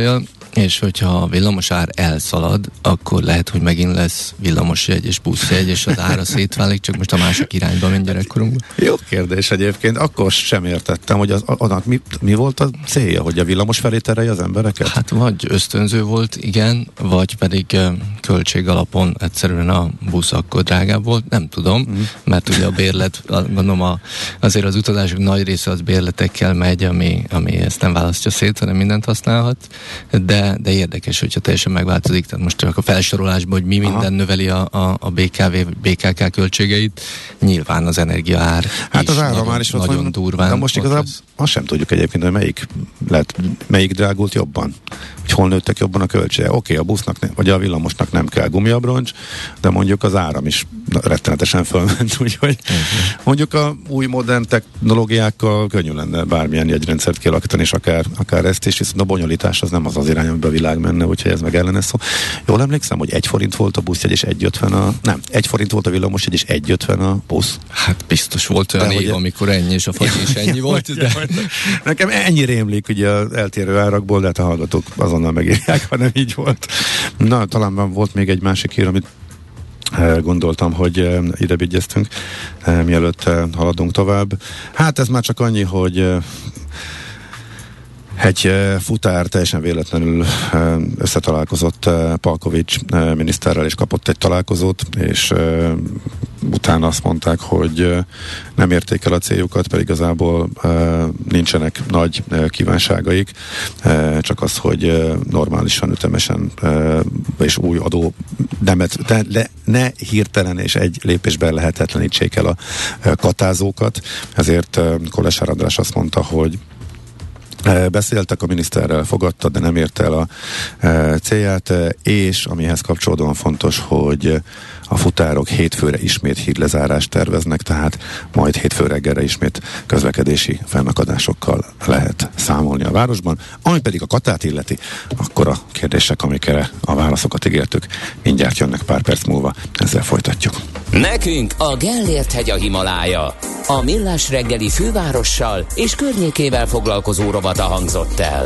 és hogyha a villamosár elszalad, akkor lehet, hogy megint lesz villamosjegy és buszjegy, és az ára szétválik, csak most a másik irányba ment gyerekkorunkban. Jó kérdés egyébként. Akkor sem értettem, hogy annak mi volt a célja, hogy a villamos felé terelje az embereket? Hát vagy ösztönző volt, igen, vagy pedig költség alapon egyszerűen a busz akkor drágább volt, nem tudom, mert ugye a bérlet, gondolom azért az utazások nagy része az bérletekkel megy, ami ezt nem választja szét, hanem mindent használhat, de érdekes, hogyha teljesen megváltozik, tehát most csak a felsorolásban, hogy mi minden növeli a BKK költségeit, nyilván az energiaár hát az ára már is nagyon durván. De most igazából azt sem tudjuk egyébként, hogy melyik drágult jobban, hogy hol nőttek jobban a költsége. Oké, a busznak vagy a villamosnak nem kell gumiabroncs, de mondjuk az áram is rettenetesen fölment, úgyhogy mondjuk a új modern technológiákkal könnyű lenne bármilyen jegyrendszert kialakítani, és akár ezt is, viszont a bonyolítás az nem az irány, amiben a világ menne, úgyhogy ez meg ellene szó. Jól emlékszem, hogy 1 forint volt a buszjegy, és 1 forint volt a villamosjegy, és 1,50 a busz. Hát biztos volt olyan év, amikor ennyi, és a fagy is ennyi volt. De... Nekem ennyi rémlik ugye az eltérő árakból, de hát a hallgatók azonnal megírják, ha nem így volt. Na, talán volt még egy másik hír, amit gondoltam, hogy ide vigyeztünk, mielőtt haladunk tovább. Hát ez már csak annyi, hogy egy futár teljesen véletlenül összetalálkozott Palkovics miniszterrel, és kapott egy találkozót, és utána azt mondták, hogy nem érték el a céljukat, pedig igazából nincsenek nagy kívánságaik, csak az, hogy normálisan, ütemesen és új adó ne hirtelen és egy lépésben lehetetlenítsék el a katázókat. Ezért Kolesár András azt mondta, hogy beszéltek a miniszterrel, fogadta, de nem érte el a célját, és amihez kapcsolódóan fontos, hogy a futárok hétfőre ismét hídlezárást terveznek, tehát majd hétfő reggelre ismét közlekedési fennakadásokkal lehet számolni a városban. Ami pedig a Katát illeti, akkor a kérdések, amikre a válaszokat ígértük, mindjárt jönnek pár perc múlva, ezzel folytatjuk. Nekünk a Gellért-hegy a Himalája. A Millás reggeli fővárossal és környékével foglalkozó rovata hangzott el.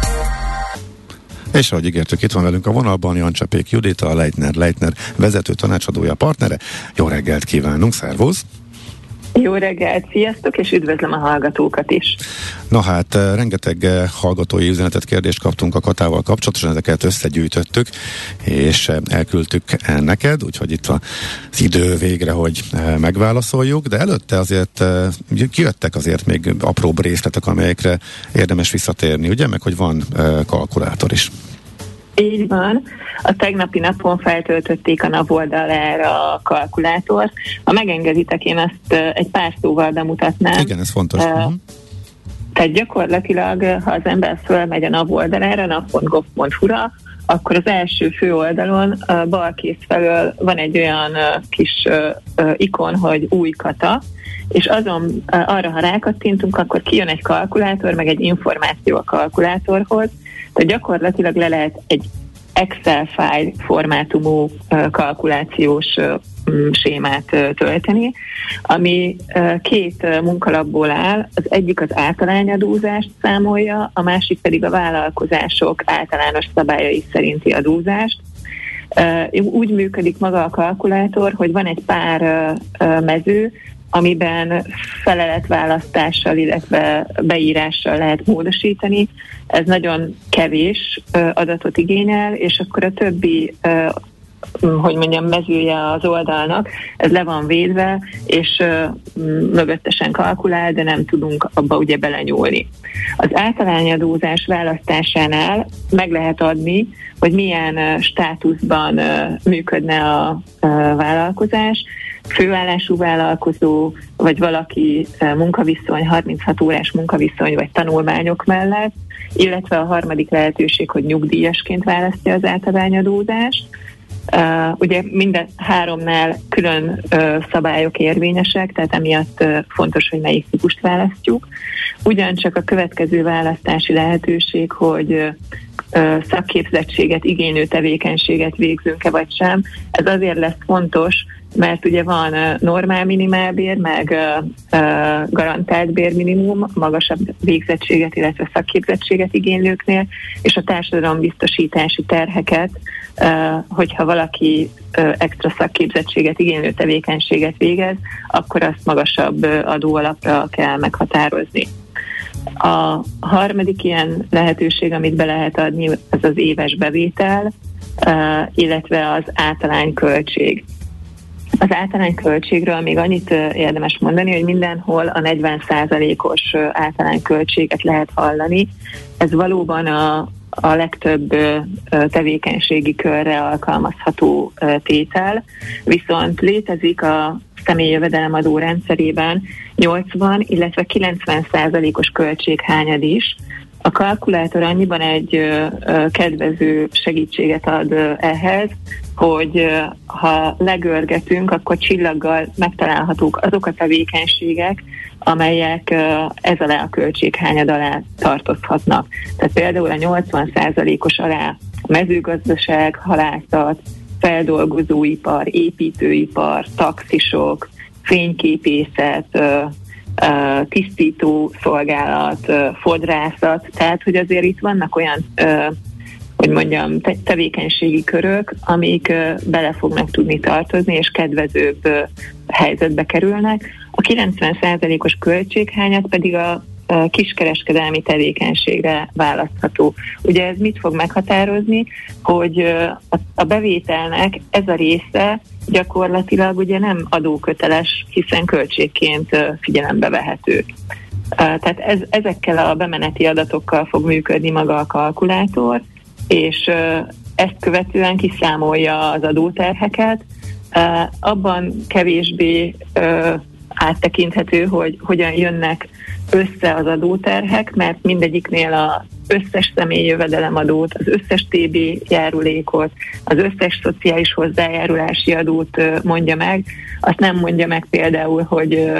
És ahogy ígértük, itt van velünk a vonalban Jancsepék Judita, a Leitner vezető tanácsadója, partnere. Jó reggelt kívánunk, szervusz! Jó reggelt, sziasztok, és üdvözlöm a hallgatókat is! Na hát, rengeteg hallgatói üzenetet, kérdést kaptunk a Katával kapcsolatosan, ezeket összegyűjtöttük, és elküldtük neked, úgyhogy itt az idő végre, hogy megválaszoljuk, de előtte azért kijöttek azért még apróbb részletek, amelyekre érdemes visszatérni, ugye, meg hogy van kalkulátor is. Így van. A tegnapi napon feltöltötték a NAV oldalára a kalkulátort. Ha megengeditek, én azt egy pár szóval bemutatnám. Igen, ez fontos. Tehát gyakorlatilag, ha az ember fölmegy a NAV oldalára, nav.gov.hu-ra, akkor az első fő oldalon balkész felől van egy olyan kis ikon, hogy új Kata, és azon arra, ha rákattintunk, akkor kijön egy kalkulátor, meg egy információ a kalkulátorhoz, tehát gyakorlatilag le lehet egy Excel file formátumú kalkulációs sémát tölteni, ami 2 munkalapból áll, az egyik az általányadózást számolja, a másik pedig a vállalkozások általános szabályai szerinti adózást. Úgy működik maga a kalkulátor, hogy van egy pár mező, amiben feleletválasztással, illetve beírással lehet módosítani. Ez nagyon kevés adatot igényel, és akkor a többi, mezője az oldalnak, ez le van védve, és mögöttesen kalkulál, de nem tudunk abba ugye belenyúlni. Az általányadózás választásánál meg lehet adni, hogy milyen státuszban működne a vállalkozás, főállású vállalkozó, vagy valaki munkaviszony, 36 órás munkaviszony, vagy tanulmányok mellett, illetve a harmadik lehetőség, hogy nyugdíjasként választja az általányadózást. Ugye minden 3-nál külön szabályok érvényesek, tehát emiatt fontos, hogy melyik típust választjuk. Ugyancsak a következő választási lehetőség, hogy szakképzettséget, igénylő tevékenységet végzünk-e vagy sem. Ez azért lesz fontos, mert ugye van normál minimálbér, meg garantált bérminimum, magasabb végzettséget, illetve szakképzettséget igénylőknél, és a társadalombiztosítási terheket, hogyha valaki extra szakképzettséget igénylő tevékenységet végez, akkor azt magasabb adóalapra kell meghatározni. A harmadik ilyen lehetőség, amit be lehet adni, az az éves bevétel, illetve az általányköltség. Az általányköltségről még annyit érdemes mondani, hogy mindenhol a 40%-os általányköltséget lehet hallani. Ez valóban a legtöbb tevékenységi körre alkalmazható tétel, viszont létezik a személyi jövedelemadó rendszerében 80, illetve 90%-os költséghányad is. A kalkulátor annyiban egy kedvező segítséget ad ehhez, hogy ha legörgetünk, akkor csillaggal megtalálhatók azok a tevékenységek, amelyek ez alá a költséghányad alá tartozhatnak. Tehát például a 80%-os alá a mezőgazdaság, halászat, feldolgozóipar, építőipar, taxisok, fényképészet, tisztító szolgálat, fodrászat, tehát hogy azért itt vannak olyan hogy mondjam, tevékenységi körök, amik bele fognak tudni tartozni, és kedvezőbb helyzetbe kerülnek. A 90%-os költséghányat pedig a kiskereskedelmi tevékenységre választható. Ugye ez mit fog meghatározni, hogy a bevételnek ez a része gyakorlatilag ugye nem adóköteles, hiszen költségként figyelembe vehető. Tehát ezekkel a bemeneti adatokkal fog működni maga a kalkulátor, és ezt követően kiszámolja az adóterheket. Abban kevésbé áttekinthető, hogy hogyan jönnek össze az adóterhek, mert mindegyiknél az összes személyi jövedelemadót, az összes TB járulékot, az összes szociális hozzájárulási adót mondja meg. Azt nem mondja meg például, hogy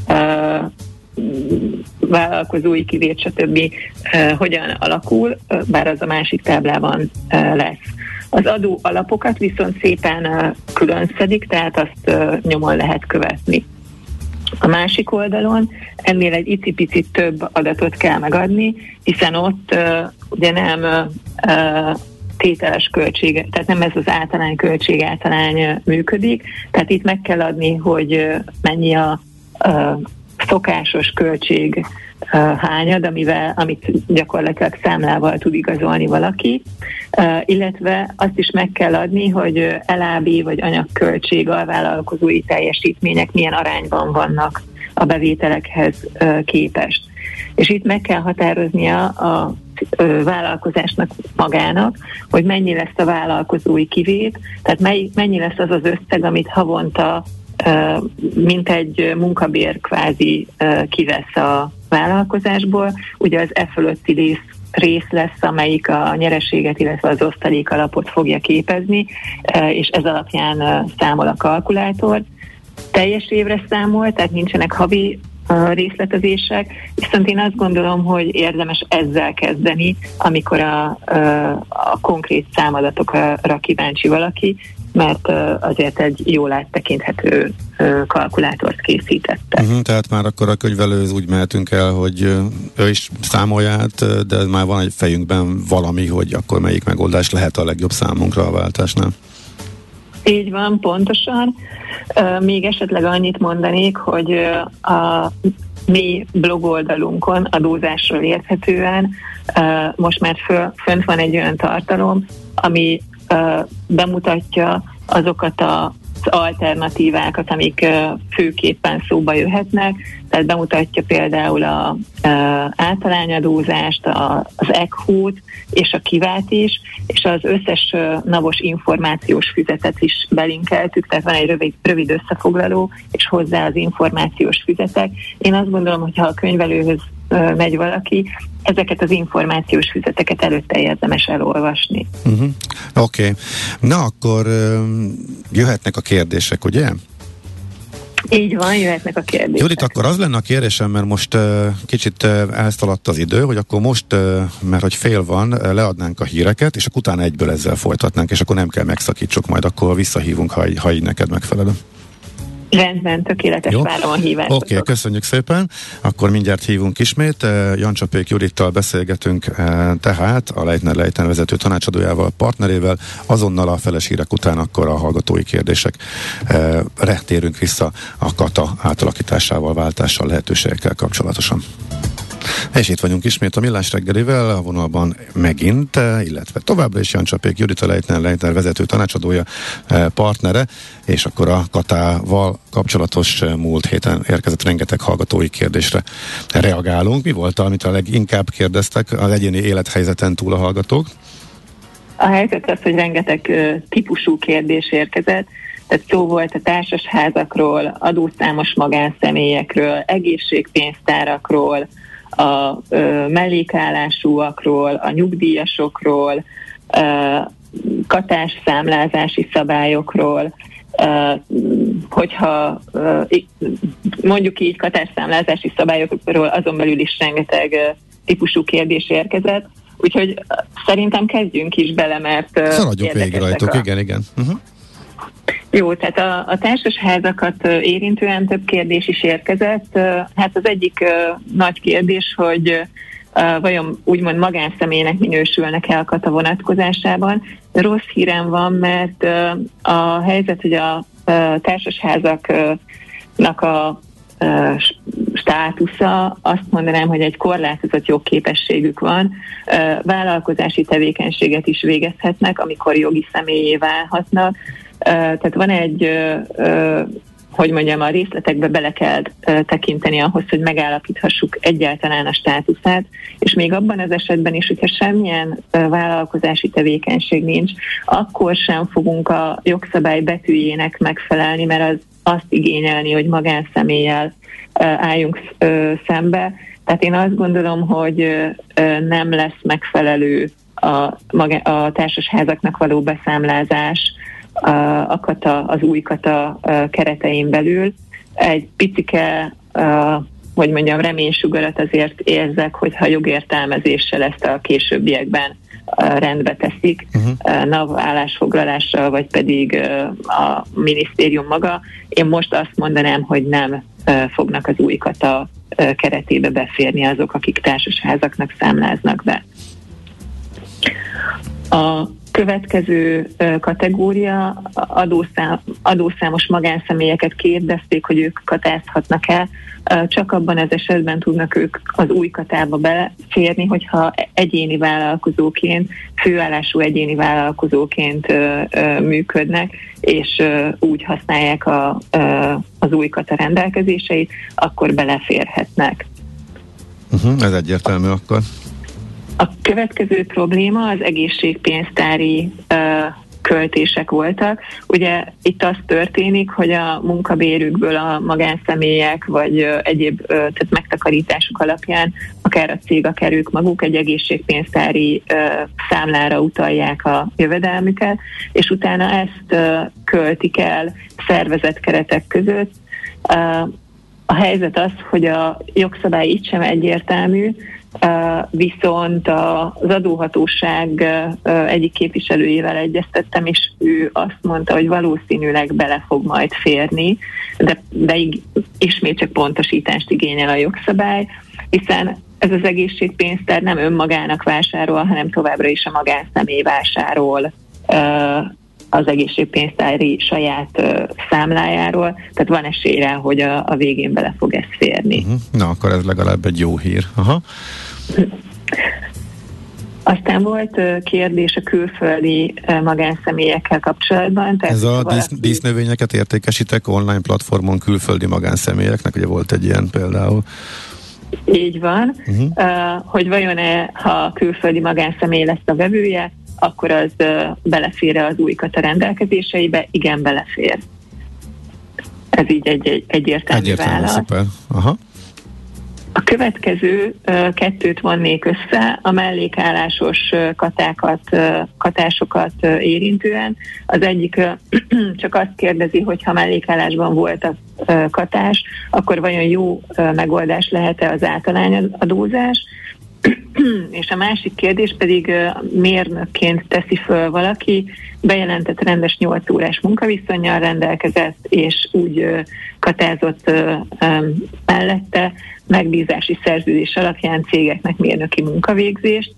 vállalkozói kivét, stb. Hogyan alakul, bár az a másik táblában lesz. Az adó alapokat viszont szépen külön szedik, tehát azt nyomon lehet követni. A másik oldalon ennél egy icipicit több adatot kell megadni, hiszen ott ugye nem tételes költség, tehát nem ez az általány költség általány működik, tehát itt meg kell adni, hogy mennyi a szokásos költség hányad, amit gyakorlatilag számlával tud igazolni valaki, illetve azt is meg kell adni, hogy LAB vagy anyagköltség, alvállalkozói teljesítmények milyen arányban vannak a bevételekhez képest. És itt meg kell határoznia a vállalkozásnak magának, hogy mennyi lesz a vállalkozói kivét, tehát mennyi lesz az az összeg, amit havonta mint egy munkabér kvázi kivesz a vállalkozásból. Ugye az fölötti rész lesz, amelyik a nyereséget, illetve az osztalék alapot fogja képezni, és ez alapján számol a kalkulátor. Teljes évre számol, tehát nincsenek havi részletezések, viszont én azt gondolom, hogy érdemes ezzel kezdeni, amikor a konkrét számadatokra kíváncsi valaki, mert azért egy jól áttekinthető kalkulátort készítette. Tehát már akkor a könyvelőhöz úgy mehetünk el, hogy ő is számolja át, de már van egy fejünkben valami, hogy akkor melyik megoldás lehet a legjobb számunkra a váltásnál. Így van, pontosan. Még esetleg annyit mondanék, hogy a mi blogoldalunkon adózásról érthetően most már fönt van egy olyan tartalom, ami bemutatja azokat az alternatívákat, amik főképpen szóba jöhetnek, tehát bemutatja például az általányadózást, az ECHO-t és a kivát is, és az összes NAV-os információs füzetet is belinkeltük, tehát van egy rövid összefoglaló, és hozzá az információs füzetek. Én azt gondolom, hogy ha a könyvelőhöz megy valaki, ezeket az információs füzeteket előtte érdemes elolvasni. Oké. Na akkor jöhetnek a kérdések, ugye? Így van, jöhetnek a kérdések. Judit, akkor az lenne a kérdésem, mert most kicsit elszaladt az idő, hogy akkor most, mert hogy fél van, leadnánk a híreket, és akkor utána egyből ezzel folytatnánk, és akkor nem kell megszakítsuk, majd akkor visszahívunk, ha így neked megfelelő. Rendben, tökéletes, várom a hívást. Oké, köszönjük szépen. Akkor mindjárt hívunk ismét. Jancsapék Judittal beszélgetünk, tehát a Leitner vezető tanácsadójával, partnerével, azonnal a feles hírek után akkor a hallgatói kérdésekre térünk vissza a kata átalakításával, váltással, lehetőségekkel kapcsolatosan. És itt vagyunk ismét a Millás reggelivel, a vonalban megint, illetve továbbra is Jancsapék Judit, a Leitner vezető tanácsadója, partnere, és akkor a katával kapcsolatos múlt héten érkezett rengeteg hallgatói kérdésre reagálunk. Mi volt, amit a leginkább kérdeztek az egyéni élethelyzeten túl a hallgatók? A helyzet az, hogy rengeteg típusú kérdés érkezett, tehát szó volt a társasházakról, adószámos magánszemélyekről, egészségpénztárakról, a mellékállásúakról, a nyugdíjasokról, katásszámlázási szabályokról, hogyha mondjuk így katásszámlázási szabályokról, azon belül is rengeteg típusú kérdés érkezett, úgyhogy szerintem kezdjünk is bele, mert szaladjunk végig rajtuk, igen. Jó, tehát a társasházakat érintően több kérdés is érkezett. Hát az egyik nagy kérdés, hogy vajon úgymond magánszemélynek minősülnek-e a kata vonatkozásában. Rossz hírem van, mert a helyzet, hogy a társasházaknak a státusza, azt mondanám, hogy egy korlátozott jogképességük van. Vállalkozási tevékenységet is végezhetnek, amikor jogi személlyé válhatnak. Tehát van egy, hogy mondjam, a részletekbe bele kell tekinteni ahhoz, hogy megállapíthassuk egyáltalán a státuszát, és még abban az esetben is, hogyha semmilyen vállalkozási tevékenység nincs, akkor sem fogunk a jogszabály betűjének megfelelni, mert az azt igényelni, hogy magánszemélyel álljunk szembe. Tehát én azt gondolom, hogy nem lesz megfelelő a társasházaknak való beszámlázás az új kata keretein belül. Egy picike, hogy mondjam, reménysugarat azért érzek, hogyha jogértelmezéssel ezt a későbbiekben rendbe teszik, NAV állásfoglalással, vagy pedig a minisztérium maga. Én most azt mondanám, hogy nem fognak az új kata keretébe beférni azok, akik társasházaknak számláznak be. A következő kategória adószámos magánszemélyeket kérdezték, hogy ők katázhatnak-e. Csak abban az esetben tudnak ők az új katába beleférni, hogyha egyéni vállalkozóként, főállású egyéni vállalkozóként működnek, és úgy használják az új kata rendelkezéseit, akkor beleférhetnek. Ez egyértelmű akkor. A következő probléma az egészségpénztári költések voltak. Ugye itt az történik, hogy a munkabérükből a magánszemélyek vagy egyéb tehát megtakarítások alapján akár a cég, akár ők maguk egy egészségpénztári számlára utalják a jövedelmüket, és utána ezt költik el szervezett keretek között. A helyzet az, hogy a jogszabály itt sem egyértelmű, viszont az adóhatóság egyik képviselőjével egyeztettem, és ő azt mondta, hogy valószínűleg bele fog majd férni, de ismét csak pontosítást igényel a jogszabály, hiszen ez az egészségpénztár nem önmagának vásárol, hanem továbbra is a magánszemély vásárol az egészségpénztári saját számlájáról, tehát van esély rá, hogy a végén bele fog ez férni. Na, akkor ez legalább egy jó hír. Aha. Aztán volt kérdés a külföldi magánszemélyekkel kapcsolatban. Ez a dísznövényeket értékesítek online platformon külföldi magánszemélyeknek, ugye volt egy ilyen például. Így van, hogy vajon-e, ha külföldi magánszemély lesz a vevője, akkor az belefér az új kata rendelkezéseibe? Igen, belefér. Ez így egy egyértelmű válasz. Szuper. Aha. A következő kettőt vonnék össze, a mellékállásos katásokat érintően. Az egyik csak azt kérdezi, hogy ha mellékállásban volt a katás, akkor vajon jó megoldás lehet-e az általányadózás? És a másik kérdés pedig mérnökként teszi föl valaki, bejelentett rendes 8 órás munkaviszonnyal rendelkezett, és úgy katázott mellette megbízási szerződés alapján cégeknek mérnöki munkavégzést.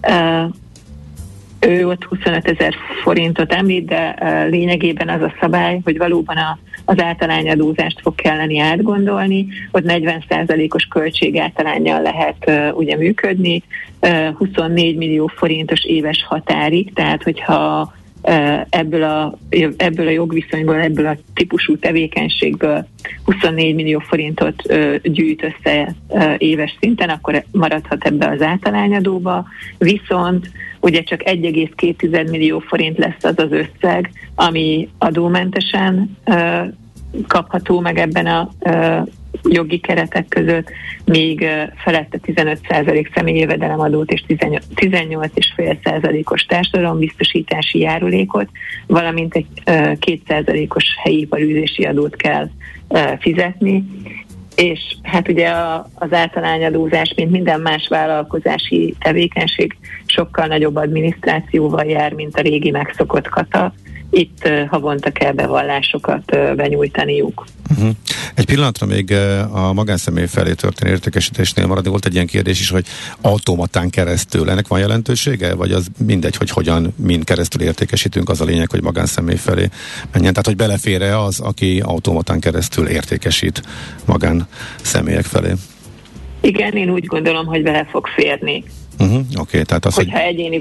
Ő ott 25 000 forintot említ, de lényegében az a szabály, hogy valóban az általányadózást fog kelleni átgondolni, ott 40%-os költségáltalánnyal lehet ugye működni, 24 millió forintos éves határig, tehát hogyha ebből a jogviszonyból, ebből a típusú tevékenységből 24 millió forintot gyűjt össze éves szinten, akkor maradhat ebbe az általányadóba, viszont ugye csak 1,2 millió forint lesz az az összeg, ami adómentesen kapható meg ebben a jogi keretek között, míg felette 15% személyi jövedelemadót és 18,5%-os társadalombiztosítási járulékot, valamint egy 2%-os helyi iparűzési adót kell fizetni. És hát ugye az általányadózás, mint minden más vállalkozási tevékenység, sokkal nagyobb adminisztrációval jár, mint a régi megszokott kata. Itt havonta kell bevallásokat benyújtaniuk. Egy pillanatra még a magánszemély felé történő értékesítésnél maradni. Volt egy ilyen kérdés is, hogy automatán keresztül. Ennek van jelentősége? Vagy az mindegy, hogy hogyan, mind keresztül értékesítünk, az a lényeg, hogy magánszemély felé menjen. Tehát, hogy belefér-e az, aki automatán keresztül értékesít magánszemélyek felé? Igen, én úgy gondolom, hogy bele fog férni. Okay, tehát az, hogyha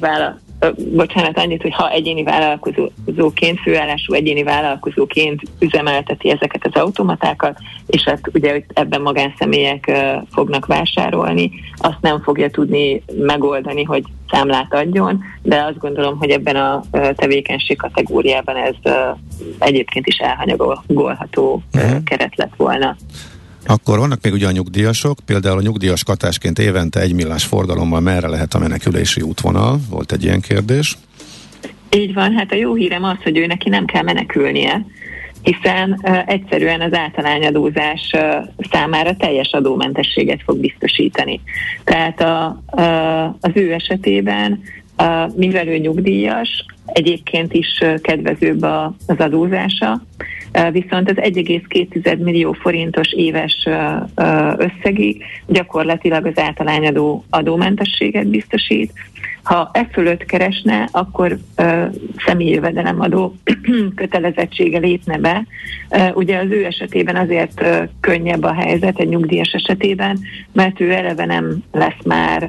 ha egyéni vállalkozóként, főállású egyéni vállalkozóként üzemelteti ezeket az automatákat, és hát ugye ebben magánszemélyek fognak vásárolni, azt nem fogja tudni megoldani, hogy számlát adjon, de azt gondolom, hogy ebben a tevékenység kategóriában ez egyébként is elhanyagolható keret lett volna. Akkor vannak még ugye a nyugdíjasok, például a nyugdíjas katásként évente 1 milliós forgalommal merre lehet a menekülési útvonal? Volt egy ilyen kérdés. Így van, hát a jó hírem az, hogy ő neki nem kell menekülnie, hiszen egyszerűen az általányadózás számára teljes adómentességet fog biztosítani. Tehát az ő esetében, mivel ő nyugdíjas, egyébként is kedvezőbb az adózása, viszont az 1,2 millió forintos éves összegig gyakorlatilag az általányadó adómentességet biztosít. Ha e fölött keresne, akkor személyi jövedelemadó kötelezettsége lépne be. Ugye az ő esetében azért könnyebb a helyzet egy nyugdíjas esetében, mert ő eleve nem lesz már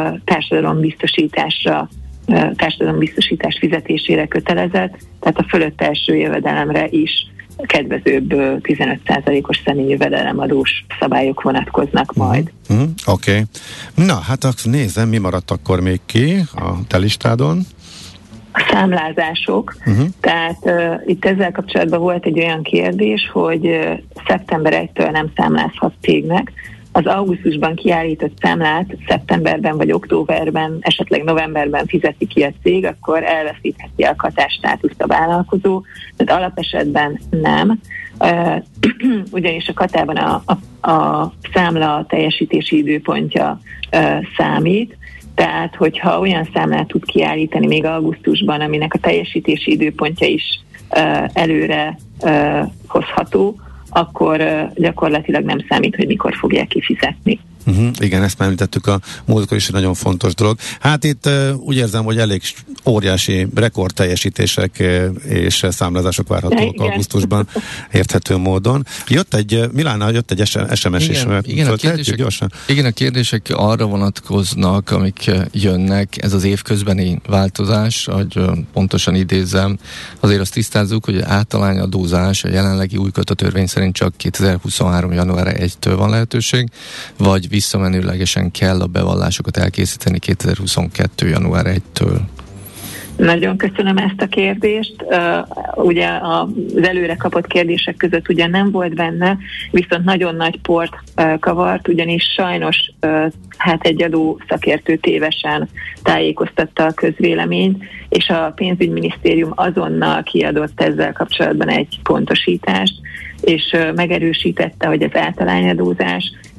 társadalombiztosítás fizetésére kötelezett, tehát a fölött első jövedelemre is kedvezőbb 15%-os személyi jövedelemadós szabályok vonatkoznak majd. Oké. Na, hát nézem, mi maradt akkor még ki a te listádon? A számlázások. Tehát itt ezzel kapcsolatban volt egy olyan kérdés, hogy szeptember 1-től nem számlázhat cégnek. Az augusztusban kiállított számlát szeptemberben vagy októberben, esetleg novemberben fizeti ki a cég, akkor elveszítheti a katástátuszt a vállalkozó, tehát alapesetben nem. Ugyanis a katában a számla teljesítési időpontja számít, tehát hogyha olyan számlát tud kiállítani még augusztusban, aminek a teljesítési időpontja is előre hozható, akkor gyakorlatilag nem számít, hogy mikor fogják kifizetni. Igen, ezt már említettük a múltkor is, egy nagyon fontos dolog. Hát itt úgy érzem, hogy elég óriási rekordteljesítések és számlázások várhatóak augusztusban érthető módon. Milánál jött egy SMS is. Igen, a kérdések arra vonatkoznak, amik jönnek, ez az évközbeni változás, hogy pontosan idézem, azért azt tisztázzuk, hogy általányadózás a jelenlegi új kötatörvény szerint csak 2023. január 1-től van lehetőség, vagy visszamenőlegesen kell a bevallásokat elkészíteni 2022. január 1-től. Nagyon köszönöm ezt a kérdést. Ugye az előre kapott kérdések között ugyan nem volt benne, viszont nagyon nagy port kavart, ugyanis sajnos egy adó szakértő tévesen tájékoztatta a közvéleményt, és a pénzügyminisztérium azonnal kiadott ezzel kapcsolatban egy pontosítást, és megerősítette, hogy az általányadózás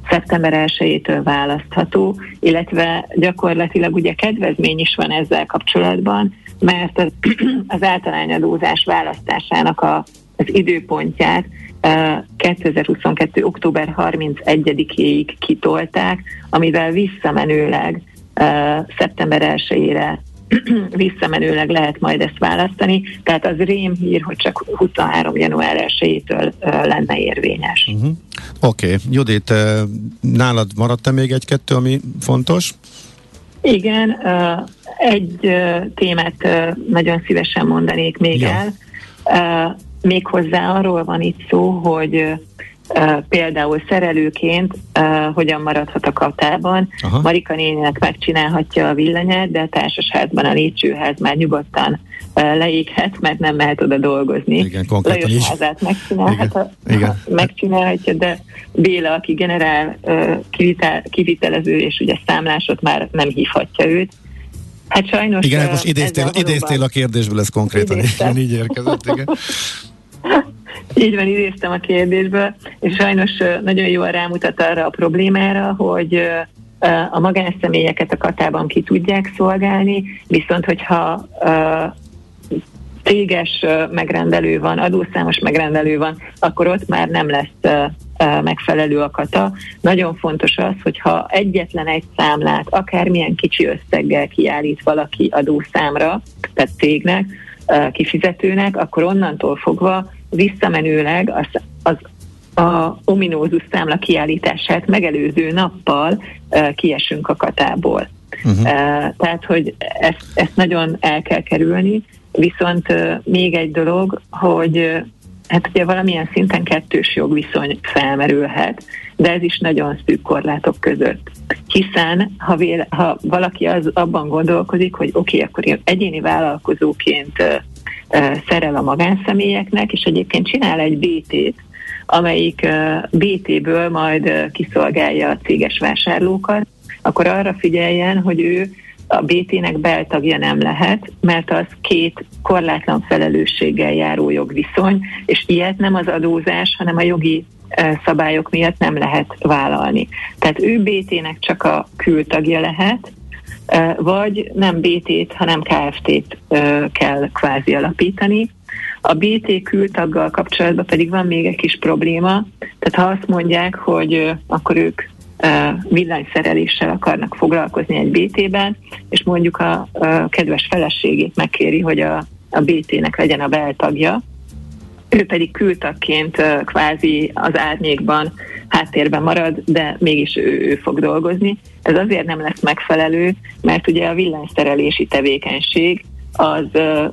szeptember 1-től választható, illetve gyakorlatilag ugye kedvezmény is van ezzel kapcsolatban, mert az általányadózás választásának az időpontját 2022. október 31-éig kitolták, amivel visszamenőleg szeptember 1-ére visszamenőleg lehet majd ezt választani, tehát az rémhír, hogy csak 23. január 1-től lenne érvényes. Oké. Judit, nálad maradt-e még egy-kettő, ami fontos? Igen, egy témát nagyon szívesen mondanék még el. Méghozzá arról van itt szó, hogy például szerelőként hogyan maradhat a katában. Marika néninek megcsinálhatja a villanyát, de a társasházban a lépcsőház már nyugodtan leéghet, mert nem mehet oda dolgozni. Igen, konkrétan is. Házát megcsinálhatja, de Béla, aki generál kivitelező és ugye számlásot, már nem hívhatja őt. Hát sajnos... Igen, most idéztél a kérdésből, ez konkrétan így érkezett, igen. Így van, idéztem a kérdésből, és sajnos nagyon jól rámutat arra a problémára, hogy a magánszemélyeket a katában ki tudják szolgálni, viszont hogyha céges megrendelő van, adószámos megrendelő van, akkor ott már nem lesz megfelelő a kata. Nagyon fontos az, hogyha egyetlen egy számlát, akármilyen kicsi összeggel kiállít valaki adószámra, tehát cégnek, kifizetőnek, akkor onnantól fogva visszamenőleg a ominózus számla kiállítását megelőző nappal kiesünk a katából. Tehát, hogy ezt nagyon el kell kerülni, viszont még egy dolog, hogy hát ugye valamilyen szinten kettős jogviszony felmerülhet, de ez is nagyon szűk korlátok között. Hiszen, ha valaki abban gondolkozik, hogy oké, akkor én egyéni vállalkozóként szerel a magánszemélyeknek, és egyébként csinál egy BT-t, amelyik BT-ből majd kiszolgálja a céges vásárlókat, akkor arra figyeljen, hogy ő a BT-nek beltagja nem lehet, mert az két korlátlan felelősséggel járó jogviszony, és ilyet nem az adózás, hanem a jogi szabályok miatt nem lehet vállalni. Tehát ő BT-nek csak a kültagja lehet, vagy nem BT-t, hanem KFT-t kell kvázi alapítani. A BT kültaggal kapcsolatban pedig van még egy kis probléma, tehát ha azt mondják, hogy akkor ők villanyszereléssel akarnak foglalkozni egy BT-ben, és mondjuk a kedves feleségét megkéri, hogy a BT-nek legyen a beltagja, ő pedig kültagként kvázi az árnyékban, háttérben marad, de mégis ő fog dolgozni. Ez azért nem lesz megfelelő, mert ugye a villanyszerelési tevékenység az,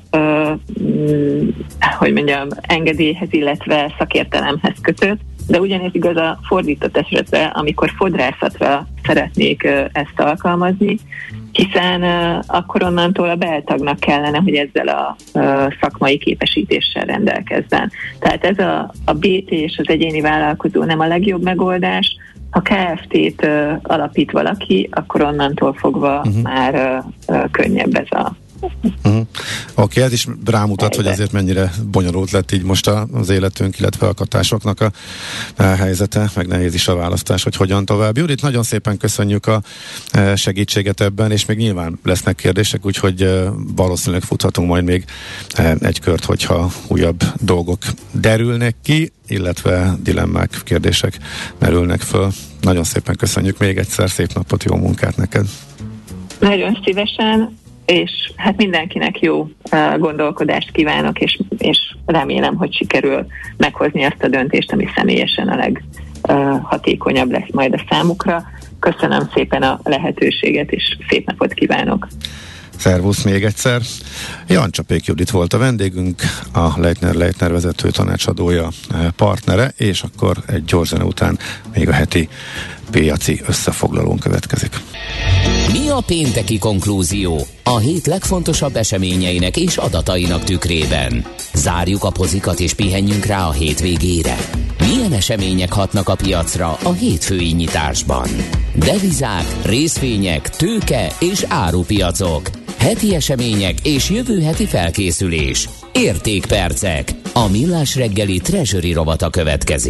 engedélyhez, illetve szakértelemhez kötött, de ugyanez igaz a fordított esetre, amikor fodrászatra szeretnék ezt alkalmazni, hiszen akkor onnantól a beltagnak kellene, hogy ezzel a szakmai képesítéssel rendelkezzen. Tehát ez a BT és az egyéni vállalkozó nem a legjobb megoldás. Ha KFT-t alapít valaki, akkor onnantól fogva már könnyebb ez a Oké, ez is rámutat, hogy azért mennyire bonyolult lett így most az életünk, illetve a katásoknak a helyzete, meg nehéz is a választás, hogy hogyan tovább. Judit, nagyon szépen köszönjük a segítséget ebben, és még nyilván lesznek kérdések, úgyhogy valószínűleg futhatunk majd még egy kört, hogyha újabb dolgok derülnek ki, illetve dilemmák, kérdések merülnek föl. Nagyon szépen köszönjük még egyszer, szép napot, jó munkát neked! Nagyon szívesen, és hát mindenkinek jó gondolkodást kívánok, és remélem, hogy sikerül meghozni azt a döntést, ami személyesen a leghatékonyabb lesz majd a számukra. Köszönöm szépen a lehetőséget, és szép napot kívánok! Szervusz még egyszer! Jancsapék Judit volt a vendégünk, a Leitner vezető tanácsadója, partnere, és akkor egy gyors zene után még a heti piaci összefoglalón következik. Mi a pénteki konklúzió a hét legfontosabb eseményeinek és adatainak tükrében? Zárjuk a pozikat és pihenjünk rá a hétvégére. Milyen események hatnak a piacra a hétfői nyitásban? Devizák, részvények, tőke és árupiacok. Heti események és jövő heti felkészülés. Értékpercek. A Millás reggeli Treasury rovata következik.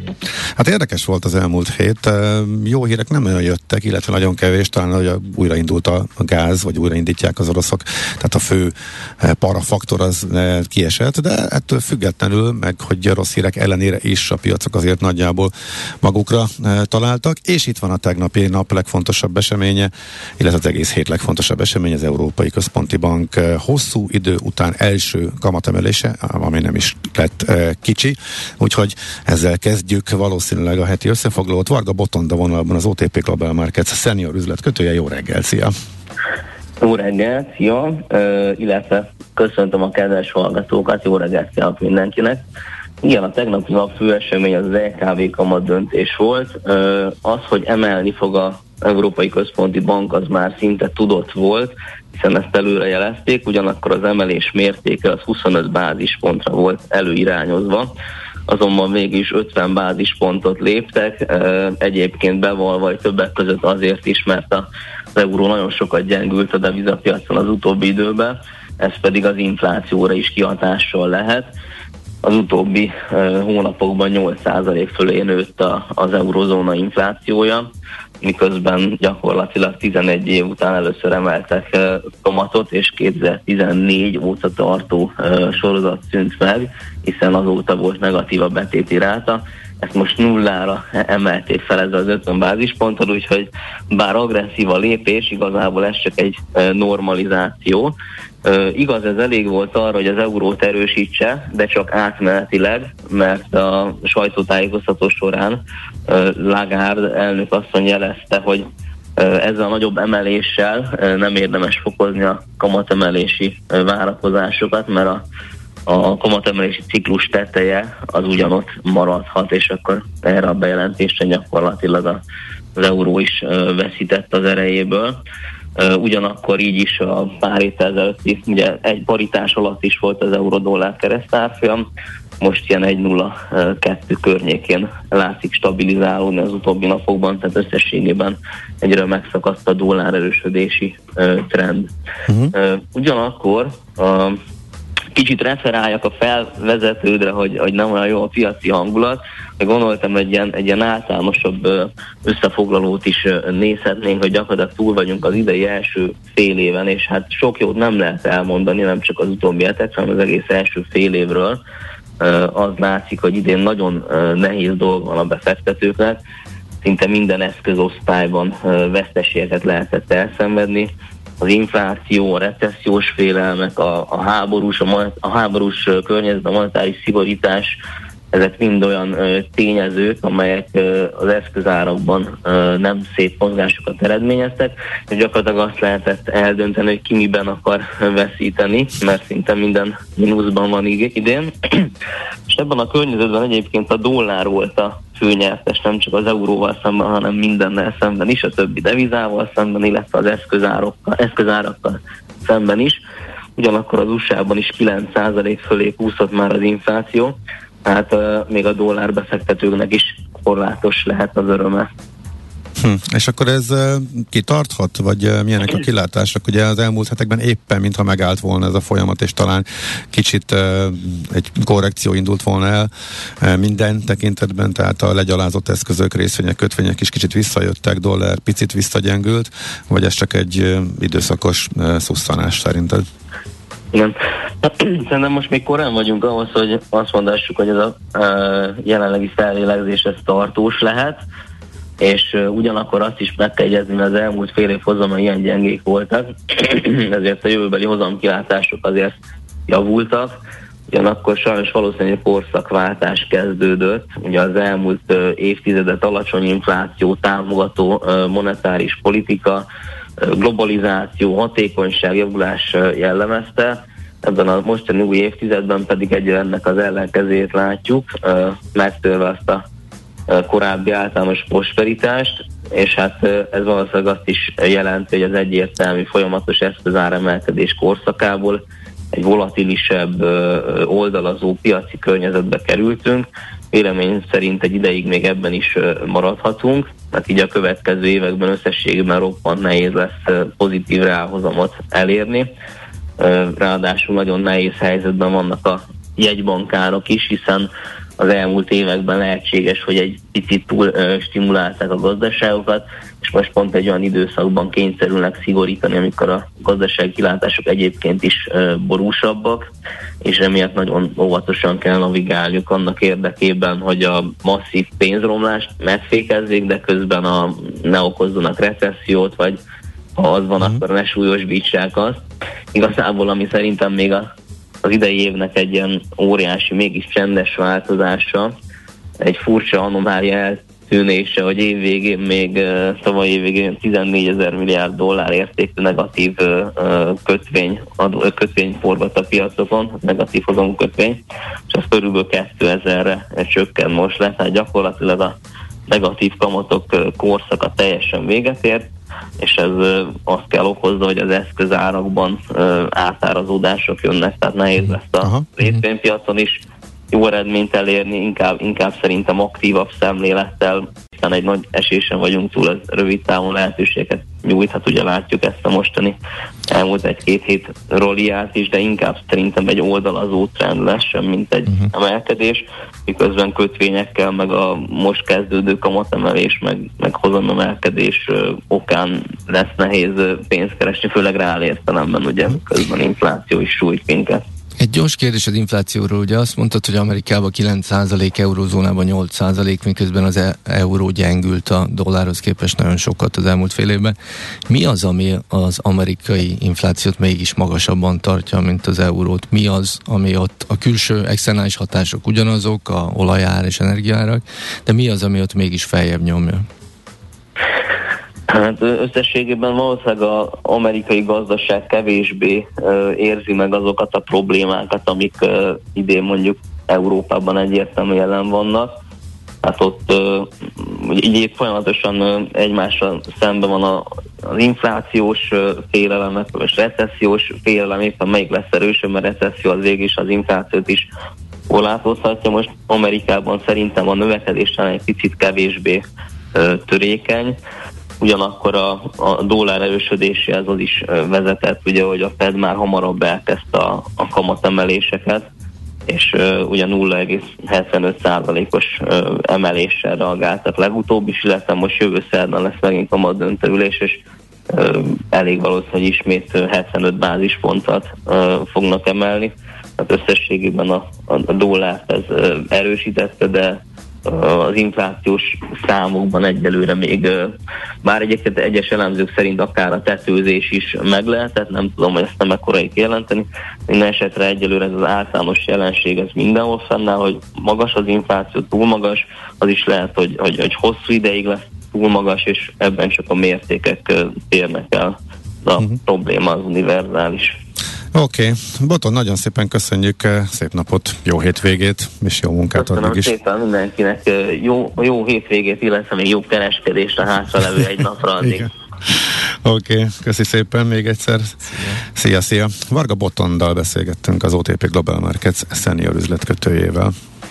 Hát érdekes volt az elmúlt hét. Jó hírek nem olyan jöttek, illetve nagyon kevés, talán, hogy újraindult a gáz, vagy újraindítják az oroszok, tehát a fő parafaktor az kiesett, de ettől függetlenül, meg hogy rossz hírek ellenére is a piacok azért nagyjából magukra találtak, és itt van a tegnapi nap legfontosabb eseménye, illetve az egész hét legfontosabb eseménye, az Európai Központi Bank hosszú idő után első kamatemelése, ami nem is lett kicsi, úgyhogy ezzel kezdjük valószínűleg a heti összefoglalót. Varga Botond vonalban, az OTP Global Markets senior üzletkötője. Jó reggel, szia! Jó reggelt, szia! Illetve köszöntöm a kedves hallgatókat, jó reggelt kívánok mindenkinek! Igen, a tegnapi nap fő esemény az LKB kamat döntés volt. Az, hogy emelni fog az Európai Központi Bank, az már szinte tudott volt, hiszen ezt előre jelezték, ugyanakkor az emelés mértéke az 25 bázispontra volt előirányozva, azonban mégis 50 bázispontot léptek, egyébként bevallva, hogy többek között azért is, mert az euró nagyon sokat gyengült a devizapiacon az utóbbi időben, ez pedig az inflációra is kihatással lehet. Az utóbbi hónapokban 8% fölé nőtt az eurozóna inflációja, miközben gyakorlatilag 11 év után először emeltek kamatot, és 2014 óta tartó sorozat szűnt meg, hiszen azóta volt negatív a betéti ráta. Ezt most nullára emelték fel ezzel az 50 bázisponttal, úgyhogy bár agresszív a lépés, igazából ez csak egy normalizáció. Igaz, ez elég volt arra, hogy az eurót erősítse, de csak átmenetileg, mert a sajtótájékoztató során Lagarde elnök asszony jelezte, hogy ezzel a nagyobb emeléssel nem érdemes fokozni a kamatemelési várakozásokat, mert a kamatemelési ciklus teteje az ugyanott maradhat, és akkor erre a bejelentésre gyakorlatilag az euró is veszített az erejéből. Ugyanakkor így is a pár héttel ezelőtt ugye egy paritás alatt is volt az euró-dollár keresztárfolyam, most ilyen 1,02 környékén látszik stabilizálódni az utóbbi napokban, tehát összességében egyre megszakadt a dollár erősödési trend. Ugyanakkor kicsit referáljak a felvezetődre, hogy nem olyan jó a piaci hangulat, meg gondoltam, egy ilyen általánosabb összefoglalót is nézhetnénk, hogy gyakorlatilag túl vagyunk az idei első fél éven, és hát sok jót nem lehet elmondani, nem csak az utóbbi hetek, hanem az egész első fél évről. Az látszik, hogy idén nagyon nehéz dolga van a befektetőknek, szinte minden eszközosztályban veszteségeket lehetett elszenvedni. Az infláció, a recessziós félelmek, a háborús környezetben, a monetáris szigorítás, ezek mind olyan tényezők, amelyek az eszközárakban nem szép mozgásokat eredményeztek, és gyakorlatilag azt lehetett eldönteni, hogy ki miben akar veszíteni, mert szinte minden mínuszban van idén. És ebben a környezetben egyébként a dollár volt a főnyertes, nem csak az euróval szemben, hanem mindennel szemben is, a többi devizával szemben, illetve az eszközárakkal szemben is. Ugyanakkor az USA-ban is 9% fölé kúszott már az infláció, tehát még a dollár befektetőknek is korlátos lehet az öröme. És akkor ez kitarthat, vagy milyenek a kilátások? Ugye az elmúlt hetekben éppen, mintha megállt volna ez a folyamat, és talán kicsit egy korrekció indult volna el minden tekintetben, tehát a legyalázott eszközök, részvények, kötvények is kicsit visszajöttek, dollár picit visszagyengült, vagy ez csak egy időszakos szusszanás szerinted? Igen. Szerintem most még korán vagyunk ahhoz, hogy azt mondassuk, hogy ez a jelenlegi fellélegzés ez tartós lehet, és ugyanakkor azt is meg kell jegyezni, mert az elmúlt fél év hozamai ilyen gyengék voltak, ezért a jövőbeli hozamkilátások azért javultak, ugyanakkor sajnos valószínűleg korszakváltás kezdődött, ugye az elmúlt évtizedet alacsony infláció, támogató monetáris politika, globalizáció, hatékonyság, javulás jellemezte. Ebben a mostani új évtizedben pedig ennek az ellenkezőjét látjuk, megtörve azt a korábbi általános prosperitást, és hát ez valószínűleg azt is jelenti, hogy az egyértelmű folyamatos eszközáremelkedés korszakából egy volatilisebb, oldalazó piaci környezetbe kerültünk. Vélemény szerint egy ideig még ebben is maradhatunk, mert így a következő években összességében roppant nehéz lesz pozitív reálhozamot elérni. Ráadásul nagyon nehéz helyzetben vannak a jegybankárok is, hiszen az elmúlt években lehetséges, hogy egy picit túl stimulálták a gazdaságokat, és most pont egy olyan időszakban kényszerülnek szigorítani, amikor a gazdasági kilátások egyébként is borúsabbak, és emiatt nagyon óvatosan kell navigálniuk annak érdekében, hogy a masszív pénzromlást megfékezzék, de közben ne okozzanak recessziót, vagy ha az van, akkor ne súlyosbítsák azt. Igazából, ami szerintem még az idei évnek egy ilyen óriási, mégis csendes változása, egy furcsa anomália eltűnése, hogy évvégén még tavaly évvégén 14 000 milliárd dollár értékű negatív kötvény forgott a piacokon, negatív hozamú kötvény, és az körülbelül 2000-re csökken most le, tehát gyakorlatilag a negatív kamatok korszaka teljesen véget ért, és ez azt kell okozza, hogy az eszközárakban átárazódások jönnek, tehát nehéz lesz a részvénypiacon is jó eredményt elérni, inkább szerintem aktívabb szemlélettel, hiszen egy nagy esésen vagyunk túl, az rövid távon lehetőséget nyújthat, ugye látjuk ezt a mostani elmúlt egy-két hét rolliát is, de inkább szerintem egy oldalazó trend lesz sem, mint egy emelkedés, miközben kötvényekkel, meg a most kezdődő kamatemelés, meg hozamemelkedés okán lesz nehéz pénzt keresni, főleg reál értelemben, ugye közben infláció is sújt minket. Egy gyors kérdés az inflációról, ugye azt mondtad, hogy Amerikában 9%, eurózónában 8%, miközben az euró gyengült a dollárhoz képest nagyon sokat az elmúlt fél évben. Mi az, ami az amerikai inflációt mégis magasabban tartja, mint az eurót? Mi az, ami ott a külső externális hatások ugyanazok, a olajár és energiaárak, de mi az, ami ott mégis feljebb nyomja? Hát összességében valószínűleg az amerikai gazdaság kevésbé érzi meg azokat a problémákat, amik idén mondjuk Európában egyértelműen jelen vannak. Hát ott így folyamatosan egymással szemben van az inflációs félelem, és recessziós félelem, éppen melyik lesz erősebb, mert recesszió az végig is az inflációt is korlátozhatja. Most Amerikában szerintem a növekedéssel egy picit kevésbé törékeny. Ugyanakkor a dollár erősödéséhez az is vezetett, ugye, hogy a Fed már hamarabb elkezdte a kamatemeléseket, és ugye 0,75%-os emeléssel reagáltak legutóbb is, illetve most jövő szerdán lesz megint kamatdöntőülés, és elég valószínű, hogy ismét 75 bázispontot fognak emelni. Hát összességében a dollárt ez erősítette, de az inflációs számokban egyelőre még, bár egyébként egyes elemzők szerint akár a tetőzés is meg lehetett, nem tudom, hogy ezt nem ekkoraig jelenteni. Minden esetre egyelőre ez az általános jelenség, ez mindenhol fennáll, hogy magas az infláció, túl magas, az is lehet, hogy hosszú ideig lesz túl magas, és ebben csak a mértékek térnek el. A probléma az univerzális. Oké. Boton, nagyon szépen köszönjük, szép napot, jó hétvégét, és jó munkát addig is. Köszönöm szépen mindenkinek, jó hétvégét, illetve még jó kereskedést a hátralevő egy napra addig. Oké, köszi szépen még egyszer. Szia. Varga Botondal beszélgettünk, az OTP Global Markets senior üzletkötőjével.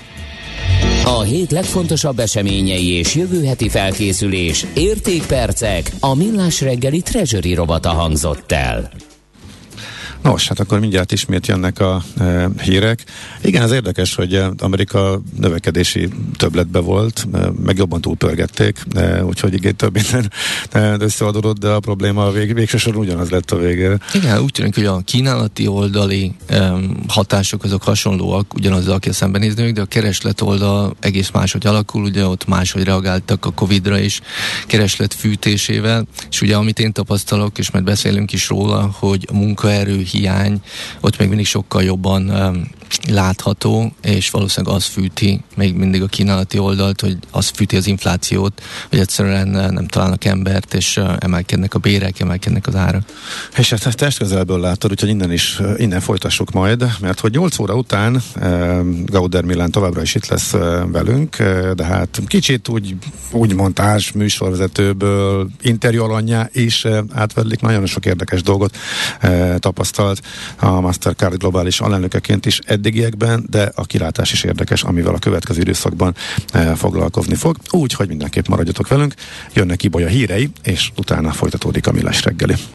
A hét legfontosabb eseményei és jövő heti felkészülés, értékpercek, a Millás reggeli Treasury rovata hangzott el. Nos, hát akkor mindjárt ismét jönnek a hírek. Igen, ez érdekes, hogy Amerika növekedési többletbe volt, meg jobban túlpörgették, úgyhogy igen, több minden összeadódott, de a probléma végső soron ugyanaz lett a végére. Igen, úgy tűnik, hogy a kínálati oldali hatások azok hasonlóak, ugyanazzal kell szembenézni, de a kereslet oldal egész máshogy alakul, ugye ott máshogy reagáltak a Covid-ra is, kereslet fűtésével, és ugye amit én tapasztalok, és majd beszélünk is róla, hogy a munkaerő hiány ott még mindig sokkal jobban látható, és valószínűleg az fűti még mindig a kínálati oldalt, hogy az fűti az inflációt, hogy egyszerűen nem találnak embert, és emelkednek a bérek, emelkednek az árak. És ezt testközelből látod, úgyhogy innen folytassuk majd, mert hogy 8 óra után Gauder Milán továbbra is itt lesz velünk, de hát kicsit úgy montázs műsorvezetőből interjú alanyjá is átvedlik, nagyon sok érdekes dolgot tapasztalt a Mastercard globális alelnökeként is eddigiekben, de a kilátás is érdekes, amivel a következő időszakban foglalkozni fog. Úgyhogy mindenképp maradjatok velünk, jönnek Ibolya hírei, és utána folytatódik a Millás reggeli.